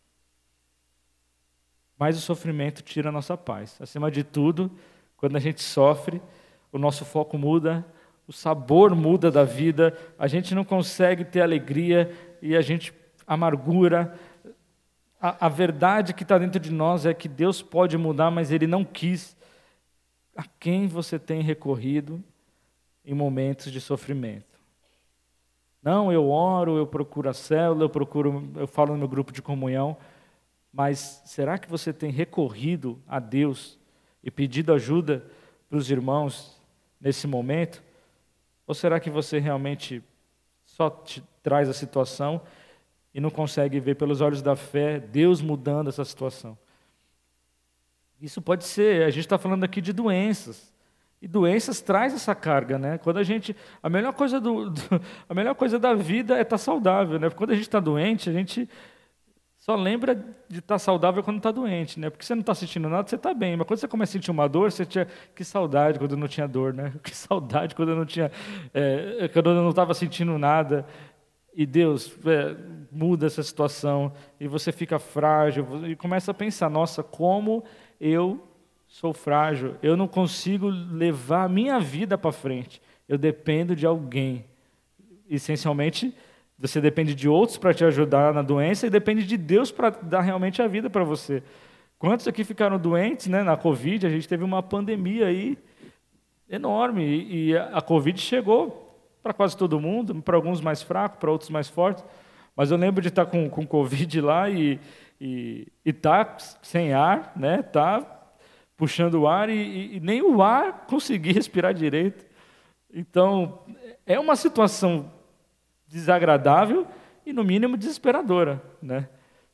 Mas o sofrimento tira a nossa paz. Acima de tudo, quando a gente sofre, o nosso foco muda, o sabor muda da vida, a gente não consegue ter alegria e a gente amargura. A verdade que está dentro de nós é que Deus pode mudar, mas Ele não quis. A quem você tem recorrido em momentos de sofrimento? Não, eu oro, eu procuro a célula, eu falo no meu grupo de comunhão, mas será que você tem recorrido a Deus e pedido ajuda para os irmãos nesse momento? Ou será que você realmente só te traz a situação e não consegue ver pelos olhos da fé Deus mudando essa situação? Isso pode ser, a gente está falando aqui de doenças. E doenças traz essa carga, né? Quando a melhor coisa da vida é estar saudável, né? Quando a gente está doente, a gente só lembra de estar saudável quando está doente, né? Porque você não está sentindo nada, você está bem. Mas quando você começa a sentir uma dor, você tinha que saudade quando não tinha dor, né? Que saudade quando eu não tinha, quando eu não estava sentindo nada. E Deus muda essa situação e você fica frágil e começa a pensar: nossa, como eu sou frágil, eu não consigo levar a minha vida para frente. Eu dependo de alguém. Essencialmente, você depende de outros para te ajudar na doença e depende de Deus para dar realmente a vida para você. Quantos aqui ficaram doentes, né? Na Covid, a gente teve uma pandemia aí enorme e a Covid chegou para quase todo mundo, para alguns mais fracos, para outros mais fortes. Mas eu lembro de estar com Covid lá e estar sem ar, né? Tá puxando o ar e nem o ar consegui respirar direito. Então, é uma situação desagradável e, no mínimo, desesperadora, né?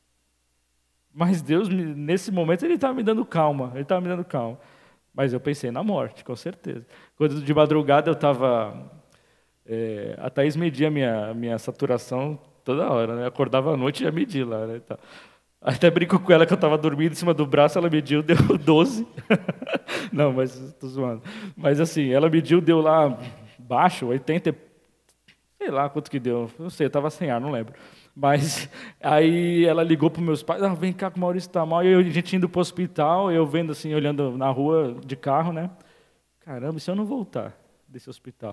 Mas Deus, nesse momento, Ele estava me dando calma. Ele estava me dando calma. Mas eu pensei na morte, com certeza. Quando de madrugada eu estava A Thaís media a minha saturação toda hora, né? Acordava à noite e ia medir lá, né? Então, até brinco com ela que eu estava dormindo em cima do braço, ela mediu, deu 12. Não, mas estou zoando. Mas assim, ela mediu, deu lá baixo, 80, sei lá quanto que deu. Não sei, eu estava sem ar, não lembro. Mas aí ela ligou para meus pais, vem cá que o Maurício está mal. E a gente indo para o hospital, eu vendo assim, olhando na rua de carro, né? Caramba, e se eu não voltar desse hospital?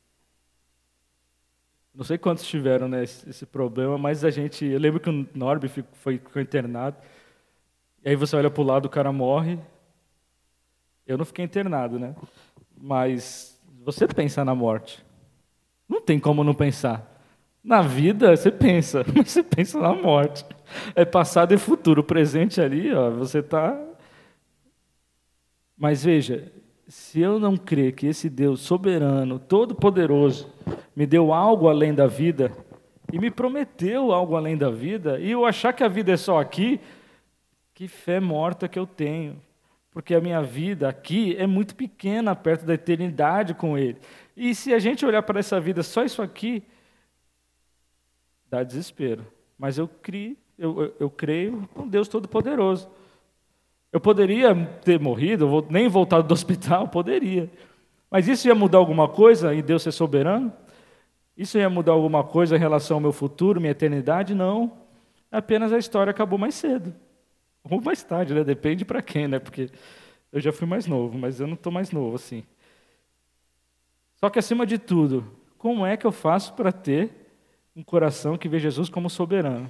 Não sei quantos tiveram, né, esse problema, mas eu lembro que o Norby ficou internado, e aí você olha para o lado, o cara morre. Eu não fiquei internado, né? Mas você pensa na morte. Não tem como não pensar. Na vida, você pensa, mas você pensa na morte. É passado e futuro, o presente ali, ó, você está... Mas veja, se eu não crer que esse Deus soberano, todo-poderoso, me deu algo além da vida, e me prometeu algo além da vida, e eu achar que a vida é só aqui, que fé morta que eu tenho. Porque a minha vida aqui é muito pequena perto da eternidade com Ele. E se a gente olhar para essa vida só isso aqui, dá desespero. Mas eu creio no Deus Todo-Poderoso. Eu poderia ter morrido, nem voltado do hospital, poderia. Mas isso ia mudar alguma coisa em Deus ser soberano? Isso ia mudar alguma coisa em relação ao meu futuro, minha eternidade? Não. Apenas a história acabou mais cedo. Ou mais tarde, né? Depende para quem, né? Porque eu já fui mais novo, mas eu não estou mais novo assim. Só que, acima de tudo, como é que eu faço para ter um coração que vê Jesus como soberano?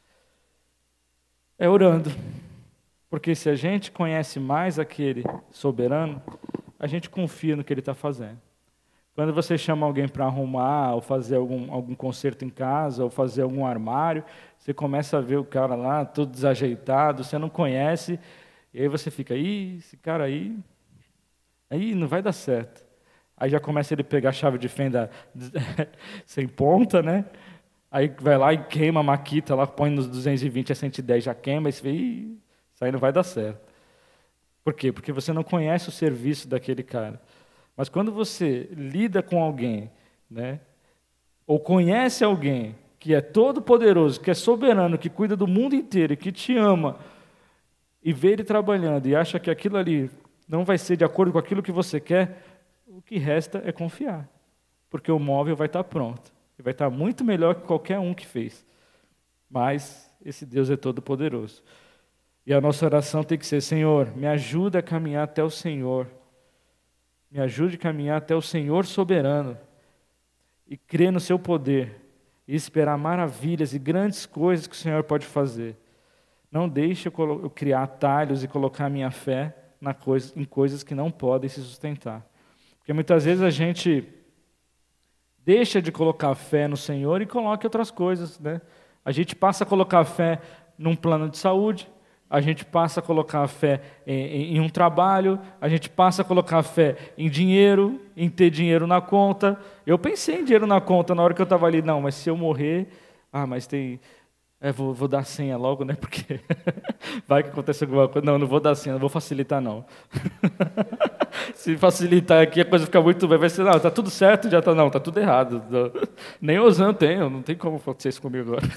É orando. Porque se a gente conhece mais aquele soberano, a gente confia no que ele está fazendo. Quando você chama alguém para arrumar, ou fazer algum conserto em casa, ou fazer algum armário, você começa a ver o cara lá, todo desajeitado, você não conhece, e aí você fica, esse cara aí não vai dar certo. Aí já começa ele a pegar a chave de fenda sem ponta, né? Aí vai lá e queima a maquita, lá põe nos 220 a 110, já queima, e você vê, isso aí não vai dar certo. Por quê? Porque você não conhece o serviço daquele cara. Mas quando você lida com alguém, né, ou conhece alguém que é todo-poderoso, que é soberano, que cuida do mundo inteiro, que te ama, e vê ele trabalhando e acha que aquilo ali não vai ser de acordo com aquilo que você quer, o que resta é confiar. Porque o móvel vai estar pronto. E vai estar muito melhor que qualquer um que fez. Mas esse Deus é todo-poderoso. E a nossa oração tem que ser, Senhor, me ajuda a caminhar até o Senhor. Me ajude a caminhar até o Senhor soberano e crer no seu poder e esperar maravilhas e grandes coisas que o Senhor pode fazer. Não deixe eu criar atalhos e colocar a minha fé em coisas que não podem se sustentar. Porque muitas vezes a gente deixa de colocar fé no Senhor e coloca outras coisas, né? A gente passa a colocar fé num plano de saúde, a gente passa a colocar a fé em um trabalho, a gente passa a colocar a fé em dinheiro, em ter dinheiro na conta. Eu pensei em dinheiro na conta na hora que eu estava ali, não, mas se eu morrer, mas tem... vou dar senha logo, né, porque vai que acontece alguma coisa. Não vou dar senha, não vou facilitar, não. Se facilitar aqui, a coisa fica muito bem, vai ser, não, tá tudo certo, já tá, não, tá tudo errado. Nem Osan tenho, não tem como acontecer isso comigo agora.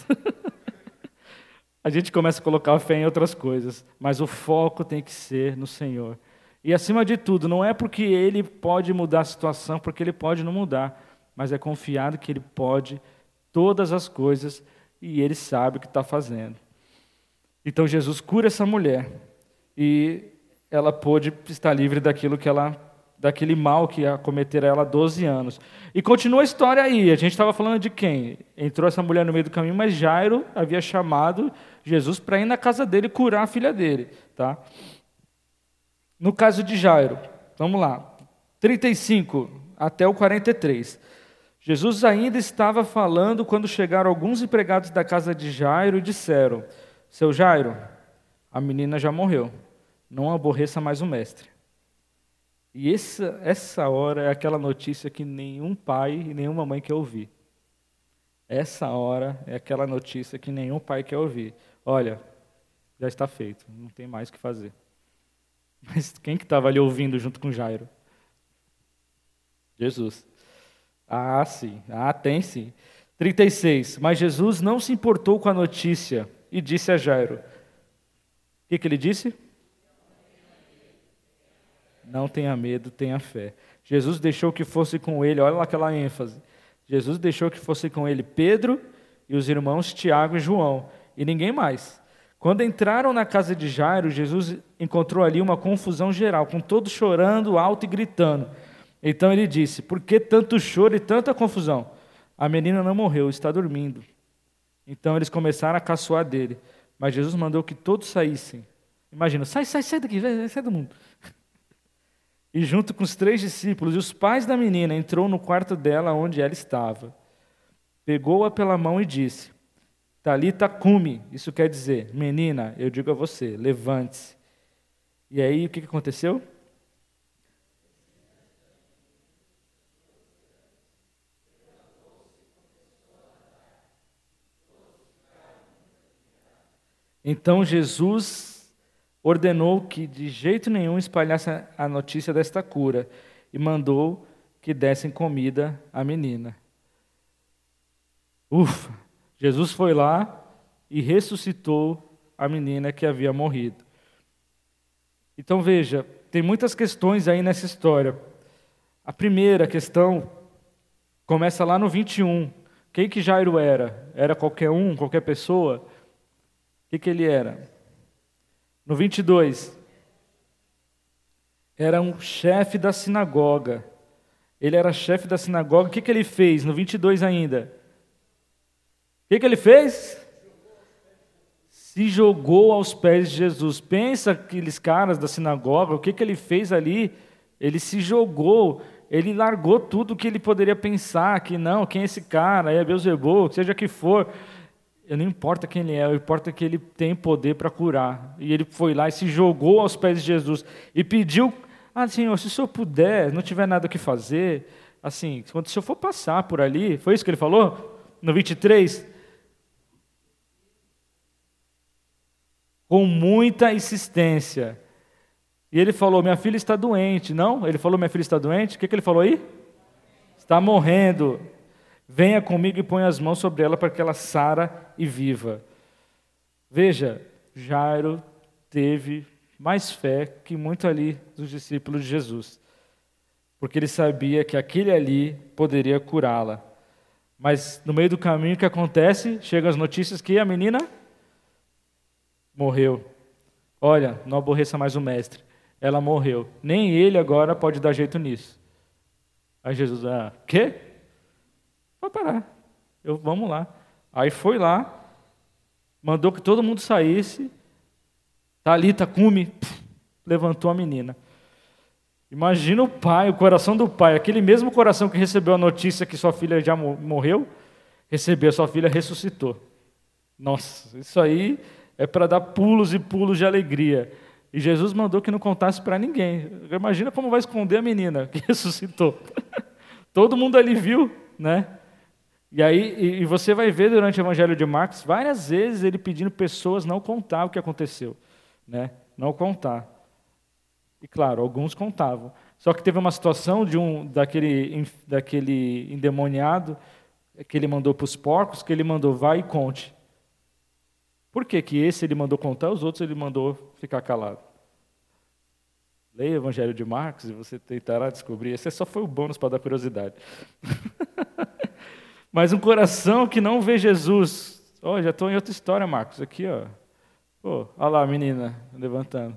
A gente começa a colocar a fé em outras coisas, mas o foco tem que ser no Senhor. E acima de tudo, não é porque Ele pode mudar a situação, porque Ele pode não mudar, mas é confiado que Ele pode todas as coisas e Ele sabe o que está fazendo. Então Jesus cura essa mulher e ela pôde estar livre daquele mal que acometera ela há 12 anos. E continua a história aí, a gente estava falando de quem? Entrou essa mulher no meio do caminho, mas Jairo havia chamado Jesus para ir na casa dele curar a filha dele. Tá? No caso de Jairo, vamos lá, 35 até o 43. Jesus ainda estava falando quando chegaram alguns empregados da casa de Jairo e disseram, seu Jairo, a menina já morreu, não aborreça mais o mestre. E essa hora é aquela notícia que nenhum pai e nenhuma mãe quer ouvir. Essa hora é aquela notícia que nenhum pai quer ouvir. Olha, já está feito, não tem mais o que fazer. Mas quem que estava ali ouvindo junto com Jairo? Jesus. Ah, sim. Ah, tem sim. 36. Mas Jesus não se importou com a notícia e disse a Jairo. O que ele disse? Não tenha medo, tenha fé. Jesus deixou que fosse com ele, olha lá aquela ênfase. Jesus deixou que fosse com ele Pedro e os irmãos Tiago e João, e ninguém mais. Quando entraram na casa de Jairo, Jesus encontrou ali uma confusão geral, com todos chorando alto e gritando. Então ele disse: por que tanto choro e tanta confusão? A menina não morreu, está dormindo. Então eles começaram a caçoar dele, mas Jesus mandou que todos saíssem. Imagina, sai daqui, sai do mundo. E junto com os 3 discípulos e os pais da menina, entrou no quarto dela onde ela estava. Pegou-a pela mão e disse: Talita cumi, isso quer dizer, menina, eu digo a você, levante-se. E aí o que aconteceu? Então Jesus ordenou que de jeito nenhum espalhasse a notícia desta cura e mandou que dessem comida à menina. Ufa! Jesus foi lá e ressuscitou a menina que havia morrido. Então veja, tem muitas questões aí nessa história. A primeira questão começa lá no 21. Quem que Jairo era? Era qualquer um, qualquer pessoa? O que ele era? No 22, era um chefe da sinagoga. Ele era chefe da sinagoga. O que ele fez? No 22 ainda. O que ele fez? Se jogou aos pés de Jesus. Pensa aqueles caras da sinagoga, o que ele fez ali? Ele se jogou, ele largou tudo que ele poderia pensar, que não, quem é esse cara? É Beelzebul, seja que for. Não importa quem ele é, importa que ele tem poder para curar. E ele foi lá e se jogou aos pés de Jesus e pediu: Senhor, se o Senhor puder, não tiver nada o que fazer, assim, quando o Senhor for passar por ali, foi isso que ele falou? No 23? Com muita insistência. E ele falou: minha filha está doente. Não? Ele falou: minha filha está doente? O que ele falou aí? Está morrendo. Venha comigo e ponha as mãos sobre ela para que ela sara e viva. Veja, Jairo teve mais fé que muito ali dos discípulos de Jesus, porque ele sabia que aquele ali poderia curá-la. Mas no meio do caminho, o que acontece? Chegam as notícias que a menina morreu. Olha, não aborreça mais o mestre. Ela morreu. Nem ele agora pode dar jeito nisso. Aí Jesus, quê? Vai parar. Vamos lá. Aí foi lá, mandou que todo mundo saísse. Talita cumi, levantou a menina. Imagina o pai, o coração do pai, aquele mesmo coração que recebeu a notícia que sua filha já morreu, recebeu, sua filha ressuscitou. Nossa, isso aí é para dar pulos e pulos de alegria. E Jesus mandou que não contasse para ninguém. Imagina como vai esconder a menina que ressuscitou. Todo mundo ali viu, né? E aí, e você vai ver durante o Evangelho de Marcos, várias vezes ele pedindo pessoas não contar o que aconteceu, né? Não contar. E claro, alguns contavam. Só que teve uma situação daquele endemoniado que ele mandou para os porcos, que ele mandou: vai e conte. Por que esse ele mandou contar, os outros ele mandou ficar calado? Leia o Evangelho de Marcos e você tentará descobrir. Esse só foi o bônus para dar curiosidade. Mas um coração que não vê Jesus. Já estou em outra história, Marcos. Aqui, ó. Olha lá a menina levantando.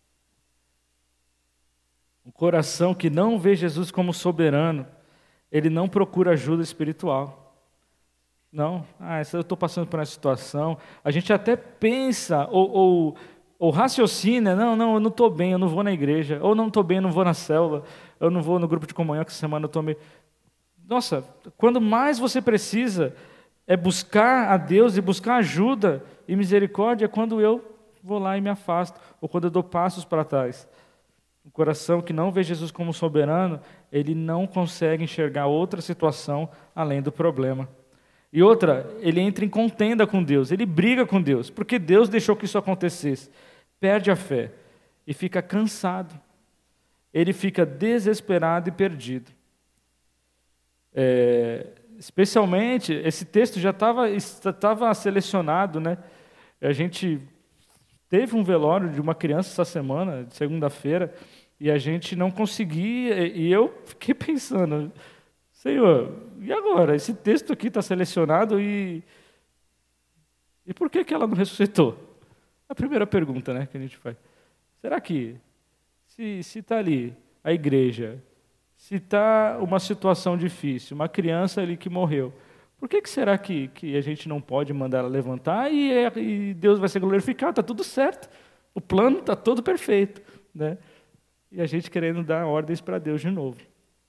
Um coração que não vê Jesus como soberano, ele não procura ajuda espiritual. Não, eu estou passando por uma situação. A gente até pensa, ou raciocina: não, eu não estou bem, eu não vou na igreja. Ou não estou bem, eu não vou na célula. Eu não vou no grupo de comunhão, que essa semana eu estou meio... Nossa, quando mais você precisa é buscar a Deus e buscar ajuda e misericórdia, é quando eu vou lá e me afasto, ou quando eu dou passos para trás. Um coração que não vê Jesus como soberano, ele não consegue enxergar outra situação além do problema. E outra, ele entra em contenda com Deus, ele briga com Deus, porque Deus deixou que isso acontecesse. Perde a fé e fica cansado. Ele fica desesperado e perdido. Especialmente, esse texto já estava selecionado, né? A gente teve um velório de uma criança essa semana, de segunda-feira, e a gente não conseguia, e eu fiquei pensando, Senhor, e agora? Esse texto aqui está selecionado e por que ela não ressuscitou? A primeira pergunta, né, que a gente faz. Será que, se está ali a igreja, se está uma situação difícil, uma criança ali que morreu, por que será que a gente não pode mandar ela levantar e Deus vai ser glorificado? Está tudo certo. O plano está todo perfeito, né? E a gente querendo dar ordens para Deus de novo.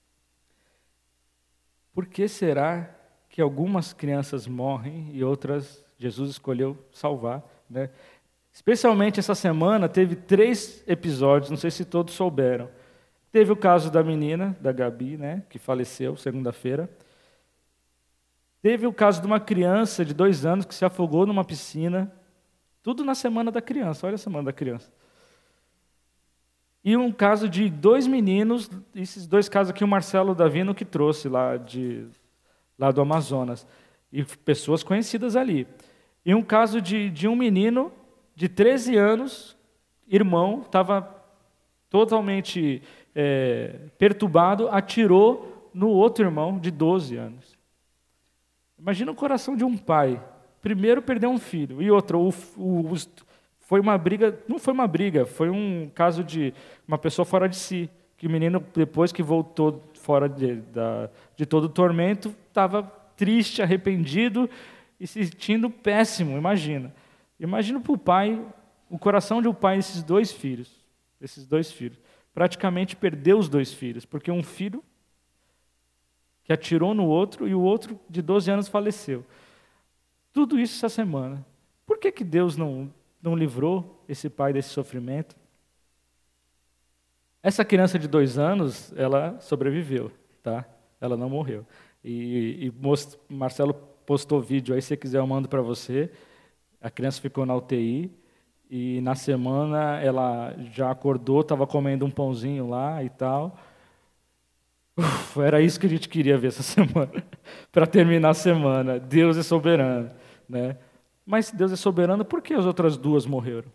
Por que será que algumas crianças morrem e outras Jesus escolheu salvar, né? Especialmente essa semana teve 3 episódios, não sei se todos souberam. Teve o caso da menina, da Gabi, né, que faleceu segunda-feira. Teve o caso de uma criança de 2 anos que se afogou numa piscina. Tudo na semana da criança, olha a semana da criança. E um caso de 2 meninos, esses 2 casos aqui o Marcelo Davino que trouxe lá do Amazonas. E pessoas conhecidas ali. E um caso de um menino de 13 anos, irmão, estava totalmente perturbado, atirou no outro irmão de 12 anos. Imagina o coração de um pai. Primeiro perdeu um filho, e outro, foi uma briga, não foi uma briga, foi um caso de uma pessoa fora de si, que o menino, depois que voltou fora de todo o tormento, estava triste, arrependido e se sentindo péssimo, imagina. Imagina para o pai, o coração de um pai, esses 2 filhos, praticamente perdeu os 2 filhos, porque um filho que atirou no outro e o outro de 12 anos faleceu. Tudo isso essa semana. Por que Deus não livrou esse pai desse sofrimento? Essa criança de 2 anos, ela sobreviveu, tá? Ela não morreu. Marcelo postou vídeo aí, se você quiser eu mando para você. A criança ficou na UTI e na semana ela já acordou, estava comendo um pãozinho lá e tal. Era isso que a gente queria ver essa semana, para terminar a semana. Deus é soberano, né? Mas se Deus é soberano, por que as outras 2 morreram?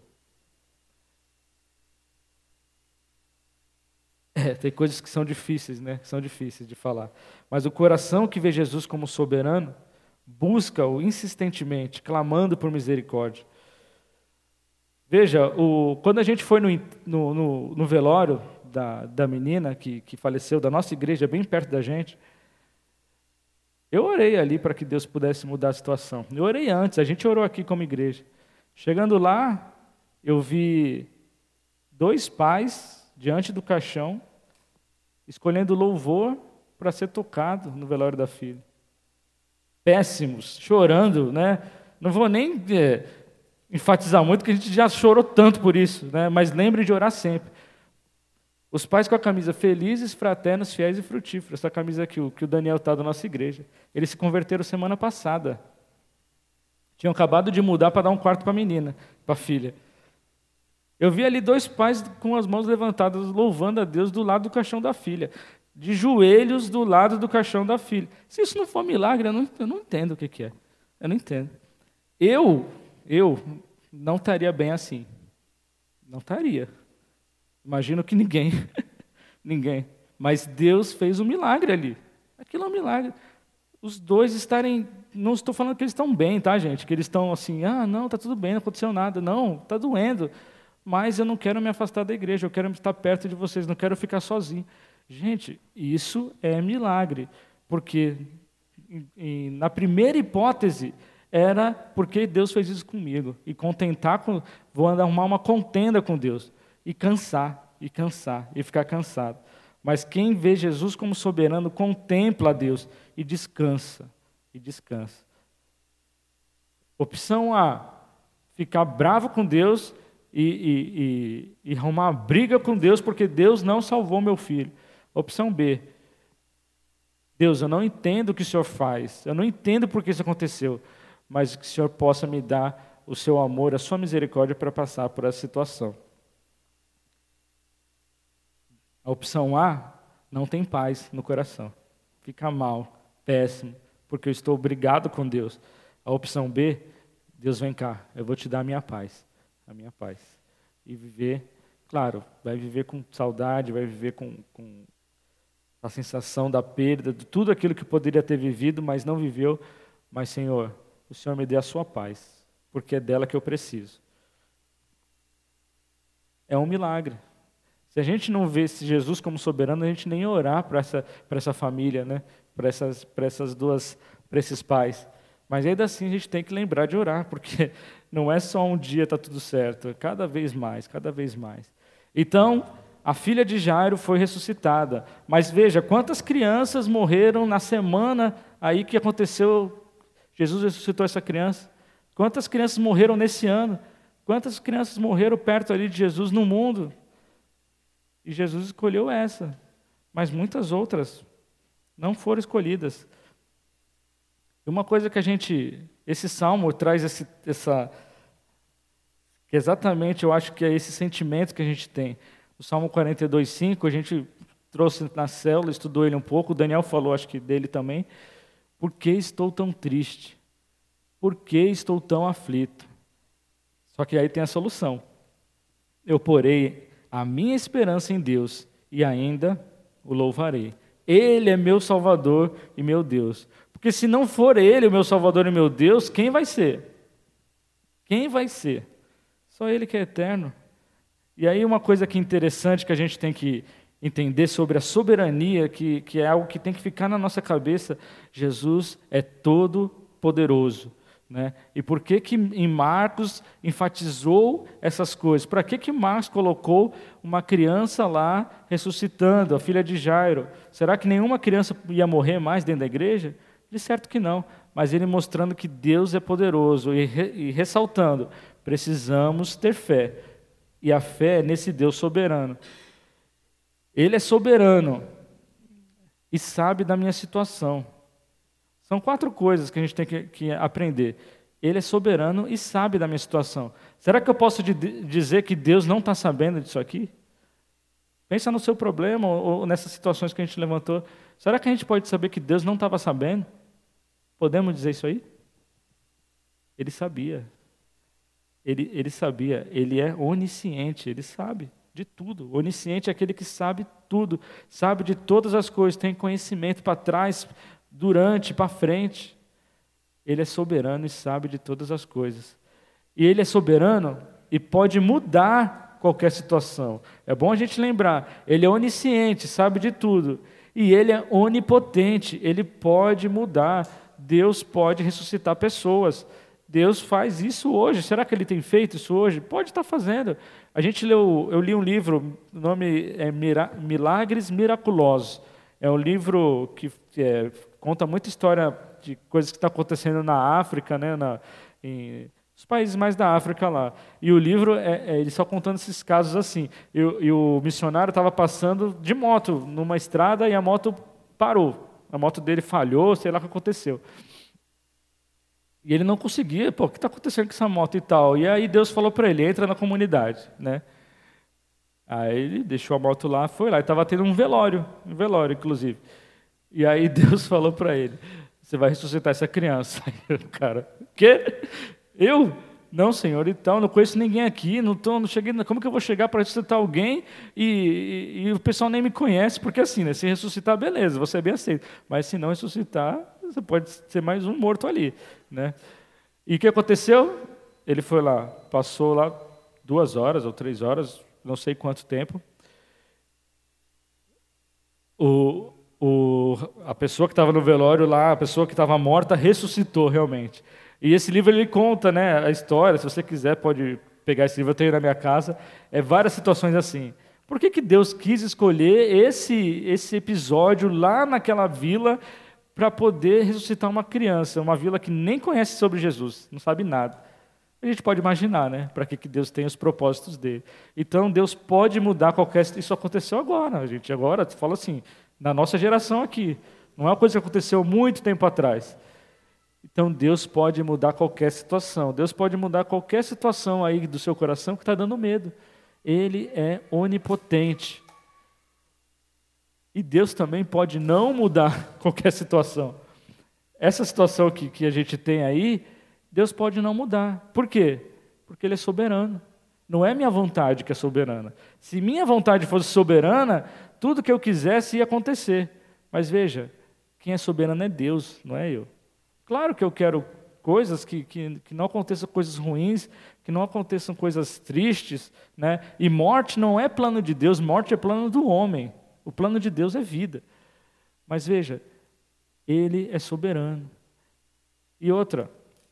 Tem coisas que são difíceis, né? São difíceis de falar. Mas o coração que vê Jesus como soberano, busca-o insistentemente, clamando por misericórdia. Veja, quando a gente foi no velório da menina que faleceu, da nossa igreja, bem perto da gente, eu orei ali para que Deus pudesse mudar a situação. Eu orei antes, a gente orou aqui como igreja. Chegando lá, eu vi 2 pais diante do caixão, escolhendo louvor para ser tocado no velório da filha. Péssimos, chorando, né? Não vou nem enfatizar muito, porque a gente já chorou tanto por isso, né? Mas lembre de orar sempre. Os pais com a camisa felizes, fraternos, fiéis e frutíferos, essa camisa aqui, que o Daniel está da nossa igreja. Eles se converteram semana passada. Tinham acabado de mudar para dar um quarto para a menina, para a filha. Eu vi ali 2 pais com as mãos levantadas, louvando a Deus do lado do caixão da filha. De joelhos do lado do caixão da filha. Se isso não for milagre, eu não entendo o que é. Eu não entendo. Eu não estaria bem assim. Não estaria. Imagino que ninguém. Ninguém. Mas Deus fez um milagre ali. Aquilo é um milagre. Os 2 estarem... Não estou falando que eles estão bem, tá, gente? Que eles estão assim, não, está tudo bem, não aconteceu nada. Não, está doendo. Mas eu não quero me afastar da igreja, eu quero estar perto de vocês, não quero ficar sozinho. Gente, isso é milagre, porque na primeira hipótese era porque Deus fez isso comigo, e vou arrumar uma contenda com Deus, e cansar, e ficar cansado. Mas quem vê Jesus como soberano, contempla a Deus, e descansa, Opção A, ficar bravo com Deus, e arrumar uma briga com Deus, porque Deus não salvou meu filho. Opção B, Deus, eu não entendo o que o Senhor faz, eu não entendo por que isso aconteceu, mas que o Senhor possa me dar o seu amor, a sua misericórdia para passar por essa situação. A opção A não tem paz no coração, fica mal, péssimo, porque eu estou brigado com Deus. A opção B, Deus vem cá, eu vou te dar a minha paz. E viver, claro, vai viver com saudade, vai viver com a sensação da perda, de tudo aquilo que poderia ter vivido, mas não viveu. Mas, Senhor, o Senhor me dê a sua paz, porque é dela que eu preciso. É um milagre. Se a gente não vê esse Jesus como soberano, a gente nem ia orar para essa família, né? para esses pais. Mas ainda assim a gente tem que lembrar de orar, porque não é só um dia está tudo certo, é cada vez mais, cada vez mais. Então, a filha de Jairo foi ressuscitada. Mas veja, quantas crianças morreram na semana aí que aconteceu, Jesus ressuscitou essa criança. Quantas crianças morreram nesse ano? Quantas crianças morreram perto ali de Jesus no mundo? E Jesus escolheu essa, mas muitas outras não foram escolhidas. E uma coisa que esse salmo traz que exatamente eu acho que é esse sentimento que a gente tem. O Salmo 42:5, a gente trouxe na célula, estudou ele um pouco, o Daniel falou, acho que dele também. Por que estou tão triste? Por que estou tão aflito? Só que aí tem a solução. Eu porei a minha esperança em Deus e ainda o louvarei. Ele é meu Salvador e meu Deus. Porque se não for Ele o meu Salvador e meu Deus, quem vai ser? Quem vai ser? Só Ele que é eterno. E aí uma coisa que é interessante que a gente tem que entender sobre a soberania, que é algo que tem que ficar na nossa cabeça, Jesus é todo poderoso. Né? E por que em Marcos enfatizou essas coisas? Para que Marcos colocou uma criança lá ressuscitando, a filha de Jairo? Será que nenhuma criança ia morrer mais dentro da igreja? De certo que não, mas ele mostrando que Deus é poderoso e ressaltando, precisamos ter fé, e a fé é nesse Deus soberano. Ele é soberano e sabe da minha situação. São 4 coisas que a gente tem que aprender. Ele é soberano e sabe da minha situação. Será que eu posso dizer que Deus não está sabendo disso aqui? Pensa no seu problema ou nessas situações que a gente levantou. Será que a gente pode saber que Deus não estava sabendo? Podemos dizer isso aí? Ele sabia. Ele sabia. Ele é onisciente, ele sabe de tudo. Onisciente é aquele que sabe tudo, sabe de todas as coisas, tem conhecimento para trás, durante, para frente. Ele é soberano e sabe de todas as coisas. E ele é soberano e pode mudar qualquer situação. É bom a gente lembrar, ele é onisciente, sabe de tudo. E ele é onipotente, ele pode mudar. Deus pode ressuscitar pessoas. Deus faz isso hoje. Será que ele tem feito isso hoje? Pode estar fazendo. Eu li um livro, o nome é Milagres Miraculosos. É um livro que conta muita história de coisas que estão acontecendo na África, né, em os países mais da África lá. E o livro, ele só contando esses casos assim. E o missionário estava passando de moto numa estrada e a moto parou. A moto dele falhou, sei lá o que aconteceu. E ele não conseguia, o que está acontecendo com essa moto e tal? E aí Deus falou para ele, entra na comunidade, né? Aí ele deixou a moto lá, foi lá, e estava tendo um velório inclusive. E aí Deus falou para ele, você vai ressuscitar essa criança. Aí o cara, quê? Eu? Não, Senhor, então, não conheço ninguém aqui, não cheguei, como que eu vou chegar para ressuscitar alguém e o pessoal nem me conhece? Porque assim, né, se ressuscitar, beleza, você é bem aceito. Mas se não ressuscitar, você pode ser mais um morto ali, né? E o que aconteceu? Ele foi lá, passou lá 2 horas ou 3 horas, não sei quanto tempo. A pessoa que estava no velório lá, a pessoa que estava morta, ressuscitou realmente. E esse livro ele conta, né, a história, se você quiser pode pegar esse livro, eu tenho na minha casa, várias situações assim. Por que Deus quis escolher esse episódio lá naquela vila para poder ressuscitar uma criança, uma vila que nem conhece sobre Jesus, não sabe nada? A gente pode imaginar, né, para que Deus tem os propósitos dele. Então Deus pode mudar qualquer... Isso aconteceu agora, gente, agora, fala assim, na nossa geração aqui, não é uma coisa que aconteceu muito tempo atrás. Então Deus pode mudar qualquer situação. Deus pode mudar qualquer situação aí do seu coração que está dando medo. Ele é onipotente. E Deus também pode não mudar qualquer situação. essa situação que a gente tem aí, Deus pode não mudar. Por quê? Porque Ele é soberano. Não é minha vontade que é soberana. Se minha vontade fosse soberana, tudo que eu quisesse ia acontecer. Mas veja, quem é soberano é Deus, não é eu. Claro que eu quero coisas que não aconteçam coisas ruins, que não aconteçam coisas tristes, né? E morte não é plano de Deus, morte é plano do homem. O plano de Deus é vida. Mas veja, Ele é soberano. E outra,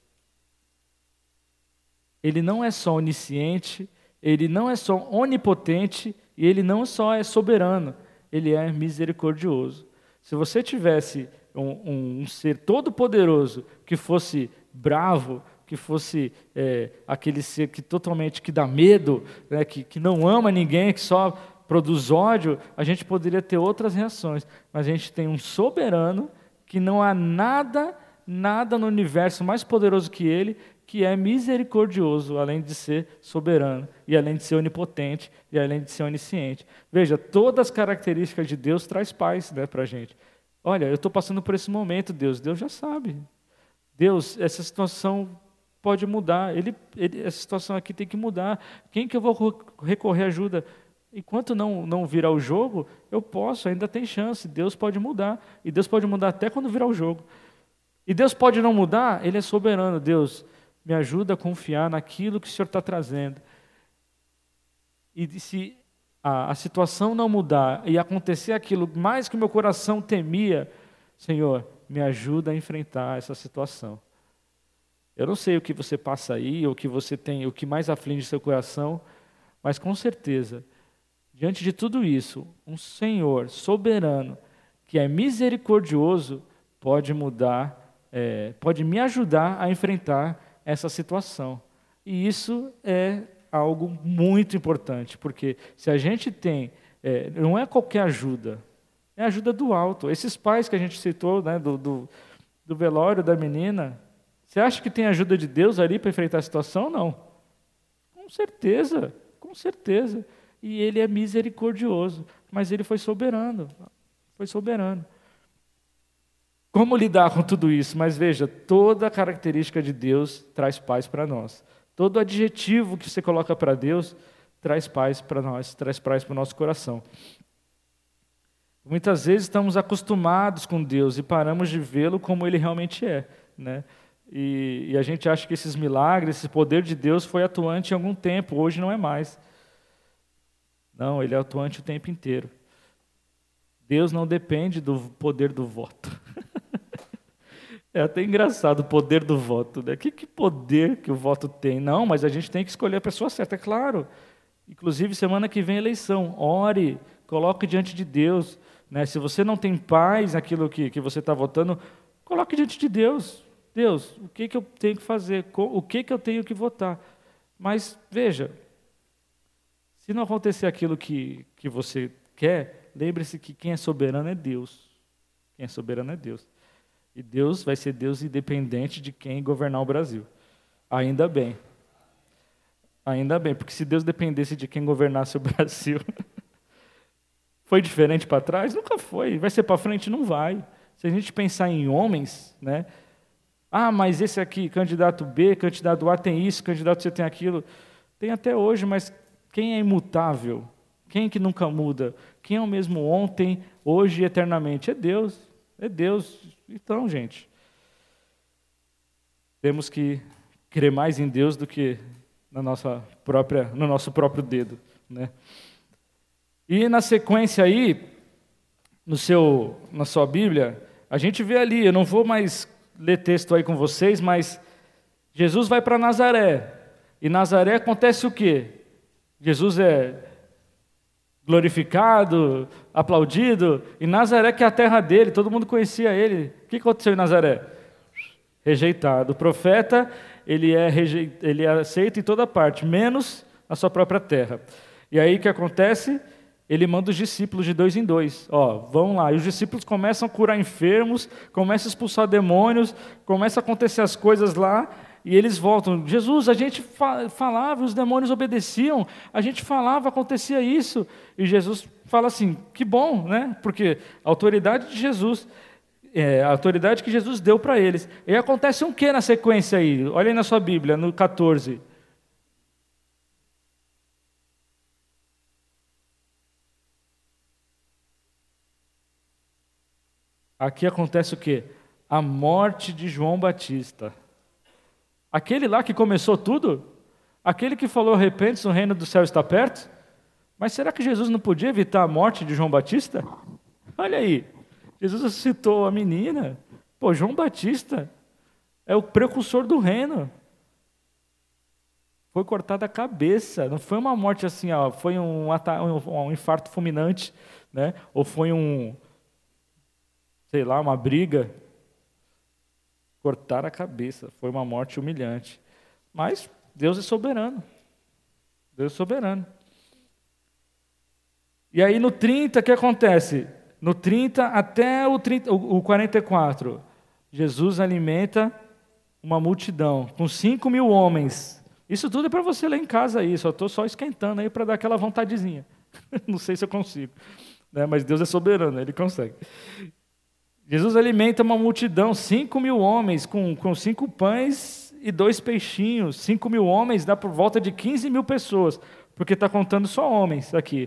Ele não é só onisciente, Ele não é só onipotente, e Ele não só é soberano, Ele é misericordioso. Se você tivesse um ser todo-poderoso que fosse bravo, que fosse aquele ser que totalmente que dá medo, né, que não ama ninguém, que só produz ódio, a gente poderia ter outras reações. Mas a gente tem um soberano que não há nada no universo mais poderoso que Ele, que é misericordioso, além de ser soberano, e além de ser onipotente, e além de ser onisciente. Veja, todas as características de Deus traz paz, né, para a gente. Olha, eu estou passando por esse momento, Deus já sabe. Deus, essa situação pode mudar, essa situação aqui tem que mudar. Quem que eu vou recorrer ajuda? Enquanto não virar o jogo, eu posso, ainda tem chance, Deus pode mudar, e Deus pode mudar até quando virar o jogo. E Deus pode não mudar, Ele é soberano. Deus, me ajuda a confiar naquilo que o Senhor está trazendo. E se a situação não mudar e acontecer aquilo mais que o meu coração temia, Senhor, me ajuda a enfrentar essa situação. Eu não sei o que você passa aí, ou o que você tem, o que mais aflige seu coração, mas com certeza, diante de tudo isso, um Senhor soberano, que é misericordioso, pode mudar, pode me ajudar a enfrentar essa situação. E isso é algo muito importante, porque se a gente tem, não é qualquer ajuda, é ajuda do alto. Esses pais que a gente citou, né, do velório da menina, você acha que tem ajuda de Deus ali para enfrentar a situação? Não. Com certeza, com certeza. E Ele é misericordioso, mas Ele foi soberano. Foi soberano. Como lidar com tudo isso? Mas veja, toda característica de Deus traz paz para nós. Todo adjetivo que você coloca para Deus traz paz para nós, traz paz para o nosso coração. Muitas vezes estamos acostumados com Deus e paramos de vê-lo como Ele realmente é, né? E a gente acha que esses milagres, esse poder de Deus foi atuante em algum tempo, hoje não é mais. Não, Ele é atuante o tempo inteiro. Deus não depende do poder do voto. É até engraçado o poder do voto, né? Que poder que o voto tem? Não, mas a gente tem que escolher a pessoa certa, é claro. Inclusive, semana que vem é eleição. Ore, coloque diante de Deus, né? Se você não tem paz naquilo que você está votando, coloque diante de Deus. Deus, o que eu tenho que fazer? O que eu tenho que votar? Mas, veja, se não acontecer aquilo que você quer, lembre-se que quem é soberano é Deus. Quem é soberano é Deus. E Deus vai ser Deus independente de quem governar o Brasil. Ainda bem. Ainda bem, porque se Deus dependesse de quem governasse o Brasil, foi diferente para trás? Nunca foi. Vai ser para frente? Não vai. Se a gente pensar em homens, né? Ah, mas esse aqui, candidato B, candidato A tem isso, candidato C tem aquilo. Tem até hoje, mas quem é imutável? Quem que nunca muda? Quem é o mesmo ontem, hoje e eternamente? É Deus. É Deus. Então, gente, temos que crer mais em Deus do que no nosso próprio dedo, né? E na sequência aí, na sua Bíblia, a gente vê ali, eu não vou mais ler texto aí com vocês, mas Jesus vai para Nazaré. E Nazaré acontece o quê? Jesus é glorificado, aplaudido, e Nazaré, que é a terra dele, todo mundo conhecia ele. O que aconteceu em Nazaré? Rejeitado. O profeta, ele é aceito em toda parte, menos na sua própria terra. E aí o que acontece? Ele manda os discípulos de 2 em 2. Vão lá. E os discípulos começam a curar enfermos, começam a expulsar demônios, começam a acontecer as coisas lá, e eles voltam. Jesus, a gente falava, os demônios obedeciam, a gente falava, acontecia isso. E Jesus fala assim, que bom, né? Porque a autoridade de Jesus. a autoridade que Jesus deu para eles. E acontece um que na sequência aí? Olha aí na sua Bíblia, no 14. Aqui acontece o quê? A morte de João Batista. Aquele lá que começou tudo? Aquele que falou, arrepende-se, o reino do céu está perto? Mas será que Jesus não podia evitar a morte de João Batista? Olha aí, Jesus ressuscitou a menina. Pô, João Batista é o precursor do reino. Foi cortada a cabeça. Não foi uma morte assim, ó, foi um infarto fulminante, né? Ou foi sei lá, uma briga. Cortar a cabeça. Foi uma morte humilhante. Mas Deus é soberano. Deus é soberano. E aí no 30, o que acontece? No 30 até o 44, Jesus alimenta uma multidão com 5.000 homens. Isso tudo é para você ler em casa aí, só estou só esquentando aí para dar aquela vontadezinha. Não sei se eu consigo, né? Mas Deus é soberano, Ele consegue. Jesus alimenta uma multidão, 5.000 homens, com 5 pães e 2 peixinhos. 5.000 homens dá por volta de 15.000 pessoas, porque está contando só homens aqui.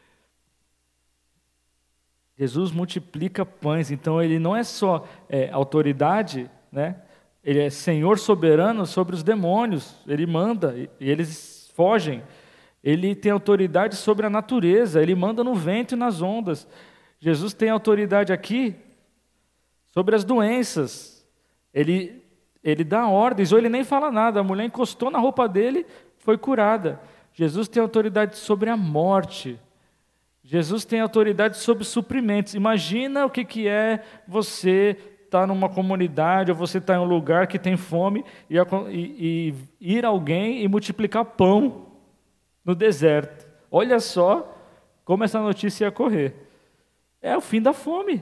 Jesus multiplica pães, então Ele não é só autoridade, né? Ele é Senhor soberano sobre os demônios, Ele manda e eles fogem. Ele tem autoridade sobre a natureza, Ele manda no vento e nas ondas. Jesus tem autoridade aqui sobre as doenças. Ele dá ordens, ou Ele nem fala nada. A mulher encostou na roupa dele, foi curada. Jesus tem autoridade sobre a morte. Jesus tem autoridade sobre suprimentos. Imagina o que é você estar numa comunidade, ou você estar em um lugar que tem fome, e ir alguém e multiplicar pão no deserto. Olha só como essa notícia ia correr. É o fim da fome.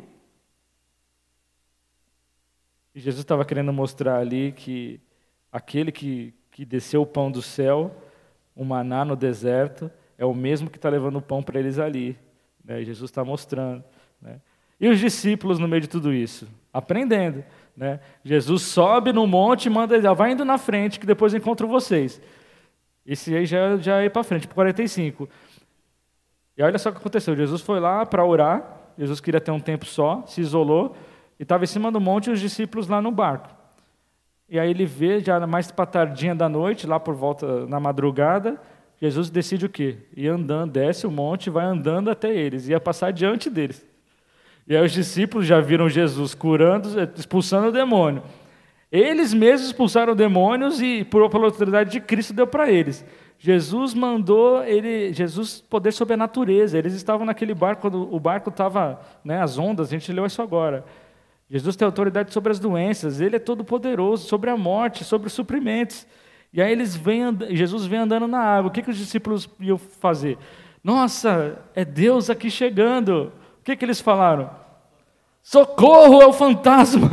E Jesus estava querendo mostrar ali que aquele que desceu o pão do céu, o maná no deserto, é o mesmo que está levando o pão para eles ali. Né? Jesus está mostrando. Né? E os discípulos no meio de tudo isso? Aprendendo. Né? Jesus sobe no monte e manda eles, vai indo na frente, que depois eu encontro vocês. Esse aí já ia para frente, para 45. E olha só o que aconteceu. Jesus foi lá para orar. Jesus queria ter um tempo só, se isolou, e estava em cima do monte e os discípulos lá no barco. E aí ele vê, já mais para tardinha da noite, lá por volta, na madrugada, Jesus decide o quê? Ir andando, desce o monte, vai andando até eles, ia passar diante deles. E aí os discípulos já viram Jesus curando, expulsando o demônio. Eles mesmos expulsaram demônios e, pela autoridade de Cristo, deu para eles. Jesus mandou, Jesus poder sobre a natureza. Eles estavam naquele barco, quando o barco estava, né, as ondas, a gente leu isso agora. Jesus tem autoridade sobre as doenças, Ele é todo poderoso, sobre a morte, sobre os suprimentos. E aí Jesus vem andando na água. O que os discípulos iam fazer? Nossa, é Deus aqui chegando. O que eles falaram? Socorro, é o fantasma.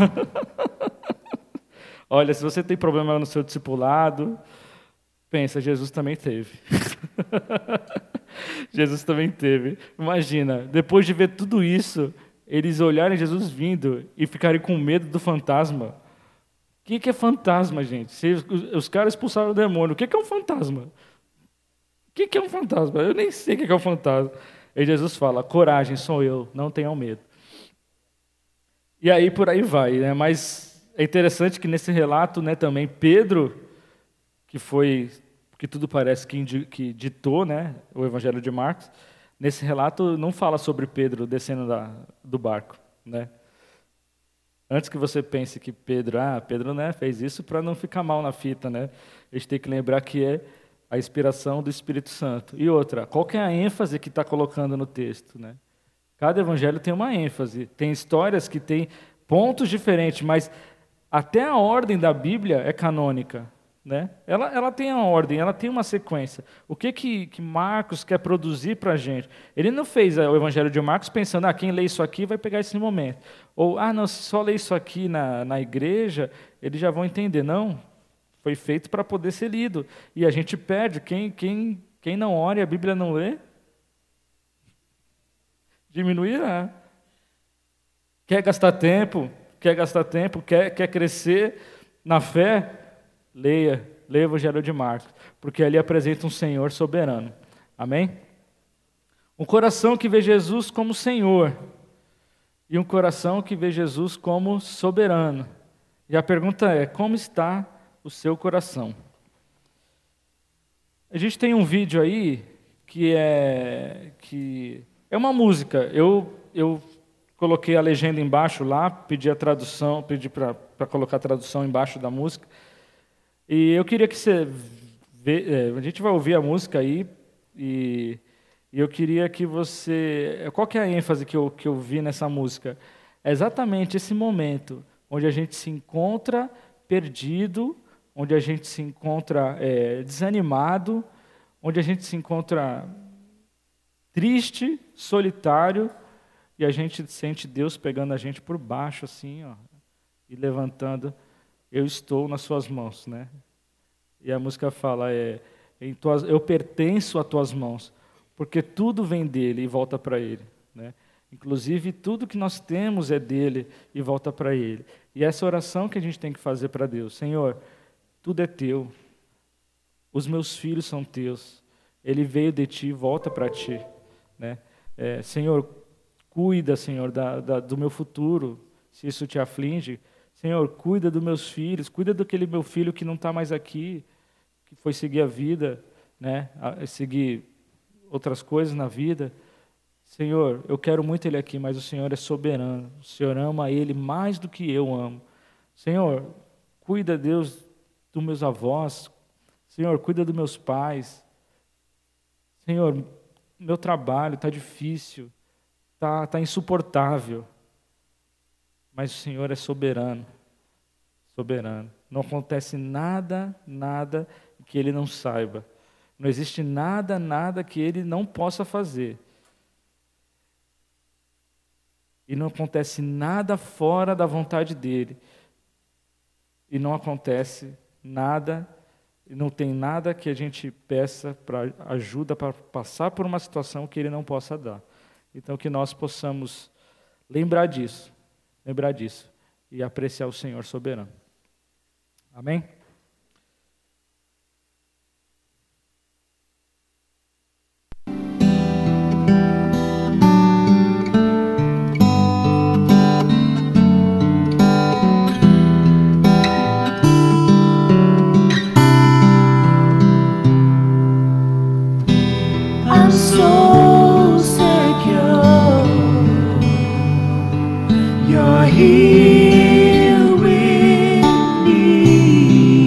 Olha, se você tem problema no seu discipulado, pensa, Jesus também teve. Jesus também teve. Imagina, depois de ver tudo isso, eles olharem Jesus vindo e ficarem com medo do fantasma. O que é fantasma, gente? Se os caras expulsaram o demônio, o que é um fantasma? O que é um fantasma? Eu nem sei o que é um fantasma. E Jesus fala, coragem, sou eu, não tenham medo. E aí por aí vai, né? Mas é interessante que nesse relato, né, também Pedro, que tudo parece que ditou, né, o Evangelho de Marcos, nesse relato não fala sobre Pedro descendo do barco, né? Antes que você pense que Pedro, né, fez isso para não ficar mal na fita, né? A gente tem que lembrar que é a inspiração do Espírito Santo. E outra, qual que é a ênfase que está colocando no texto, né? Cada evangelho tem uma ênfase, tem histórias que têm pontos diferentes, mas até a ordem da Bíblia é canônica, né? Ela tem uma ordem, ela tem uma sequência. O que Marcos quer produzir para a gente? Ele não fez o Evangelho de Marcos pensando, quem lê isso aqui vai pegar esse momento. Ou, não, se só lê isso aqui na igreja, eles já vão entender. Não, foi feito para poder ser lido. E a gente perde, quem não ora e a Bíblia não lê, diminuirá. Quer gastar tempo, quer crescer na fé? Leia o Evangelho de Marcos, porque ali apresenta um Senhor soberano. Amém? Um coração que vê Jesus como Senhor e um coração que vê Jesus como soberano. E a pergunta é, como está o seu coração? A gente tem um vídeo aí que é uma música. Eu coloquei a legenda embaixo lá, pedi a tradução, pedi para colocar a tradução embaixo da música. E eu queria que você a gente vai ouvir a música aí e eu queria que você... Qual que é a ênfase que eu vi nessa música? É exatamente esse momento onde a gente se encontra perdido, onde a gente se encontra desanimado, onde a gente se encontra triste, solitário, e a gente sente Deus pegando a gente por baixo, assim, ó, e levantando, eu estou nas suas mãos, né? E a música fala, eu pertenço a tuas mãos, porque tudo vem dele e volta para ele, né? Inclusive, tudo que nós temos é dele e volta para ele. E essa oração que a gente tem que fazer para Deus. Senhor, tudo é teu. Os meus filhos são teus. Ele veio de ti, volta para ti, né? Senhor, cuida, Senhor, do meu futuro, se isso te aflige. Senhor, cuida dos meus filhos, cuida daquele meu filho que não está mais aqui, que foi seguir a vida, né? Seguir outras coisas na vida. Senhor, eu quero muito ele aqui, mas o Senhor é soberano. O Senhor ama ele mais do que eu amo. Senhor, cuida, Deus, dos meus avós. Senhor, cuida dos meus pais. Senhor, meu trabalho está difícil, está insuportável. Mas o Senhor é soberano. Soberano. Não acontece nada que ele não saiba. Não existe nada que ele não possa fazer. E não acontece nada fora da vontade dele. E não acontece nada, e não tem nada que a gente peça para ajuda para passar por uma situação que ele não possa dar. Então que nós possamos lembrar disso e apreciar o Senhor soberano. Amém? So secure, you're here with me.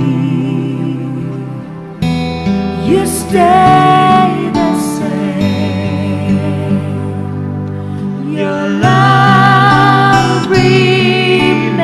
You stay the same. Your love remains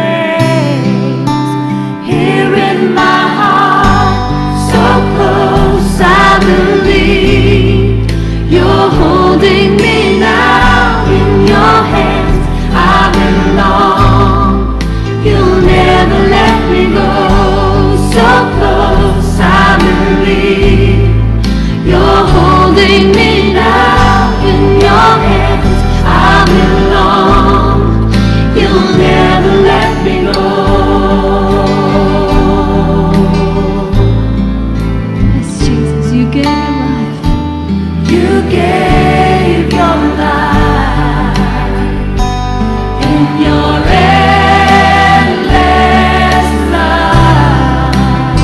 here in my heart, so close I believe. You're holding me now in your hands. I belong. You'll never let me go. So close, I believe. You're holding me now in your hands. I belong. You'll never let me go. Yes, Jesus, you gave life. You gave your life in your endless love.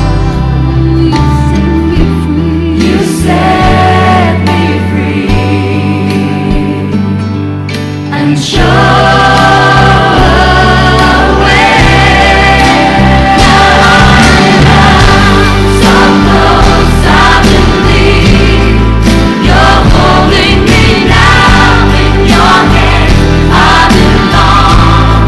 You set me free and holding me now in your hands. I belong.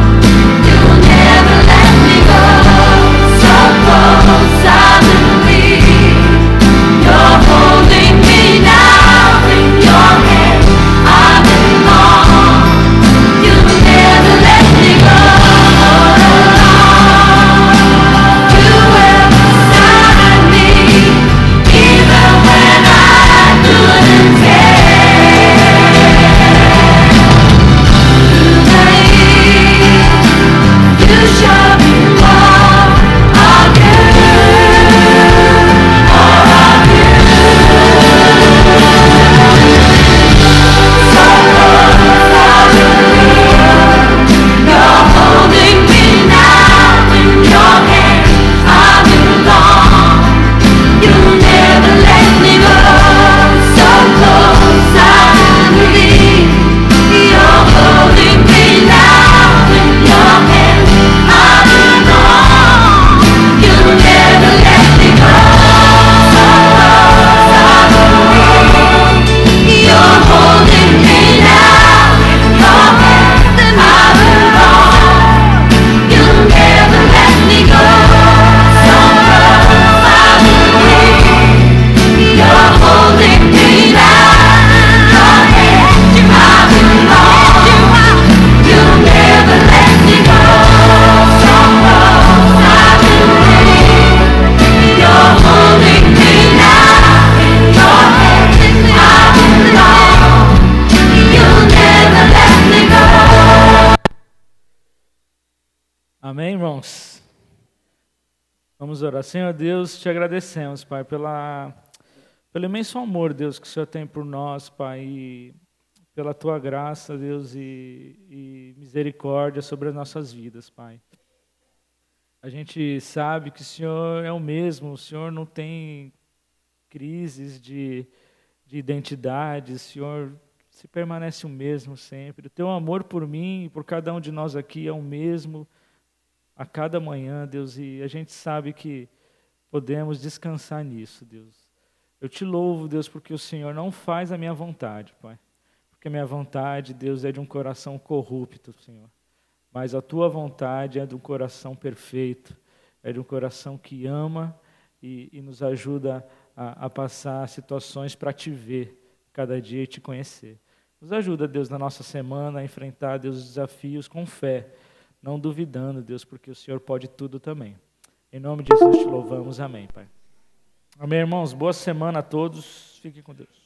Amém, irmãos? Vamos orar. Senhor Deus, te agradecemos, Pai, pelo imenso amor, Deus, que o Senhor tem por nós, Pai, e pela Tua graça, Deus, e misericórdia sobre as nossas vidas, Pai. A gente sabe que o Senhor é o mesmo, o Senhor não tem crises de identidade, o Senhor se permanece o mesmo sempre. O Teu amor por mim e por cada um de nós aqui é o mesmo a cada manhã, Deus, e a gente sabe que podemos descansar nisso, Deus. Eu te louvo, Deus, porque o Senhor não faz a minha vontade, Pai. Porque a minha vontade, Deus, é de um coração corrupto, Senhor. Mas a Tua vontade é de um coração perfeito, é de um coração que ama e nos ajuda a passar situações para Te ver cada dia e Te conhecer. Nos ajuda, Deus, na nossa semana a enfrentar, Deus, os desafios com fé, não duvidando, Deus, porque o Senhor pode tudo também. Em nome de Jesus te louvamos, amém, Pai. Amém, irmãos. Boa semana a todos. Fiquem com Deus.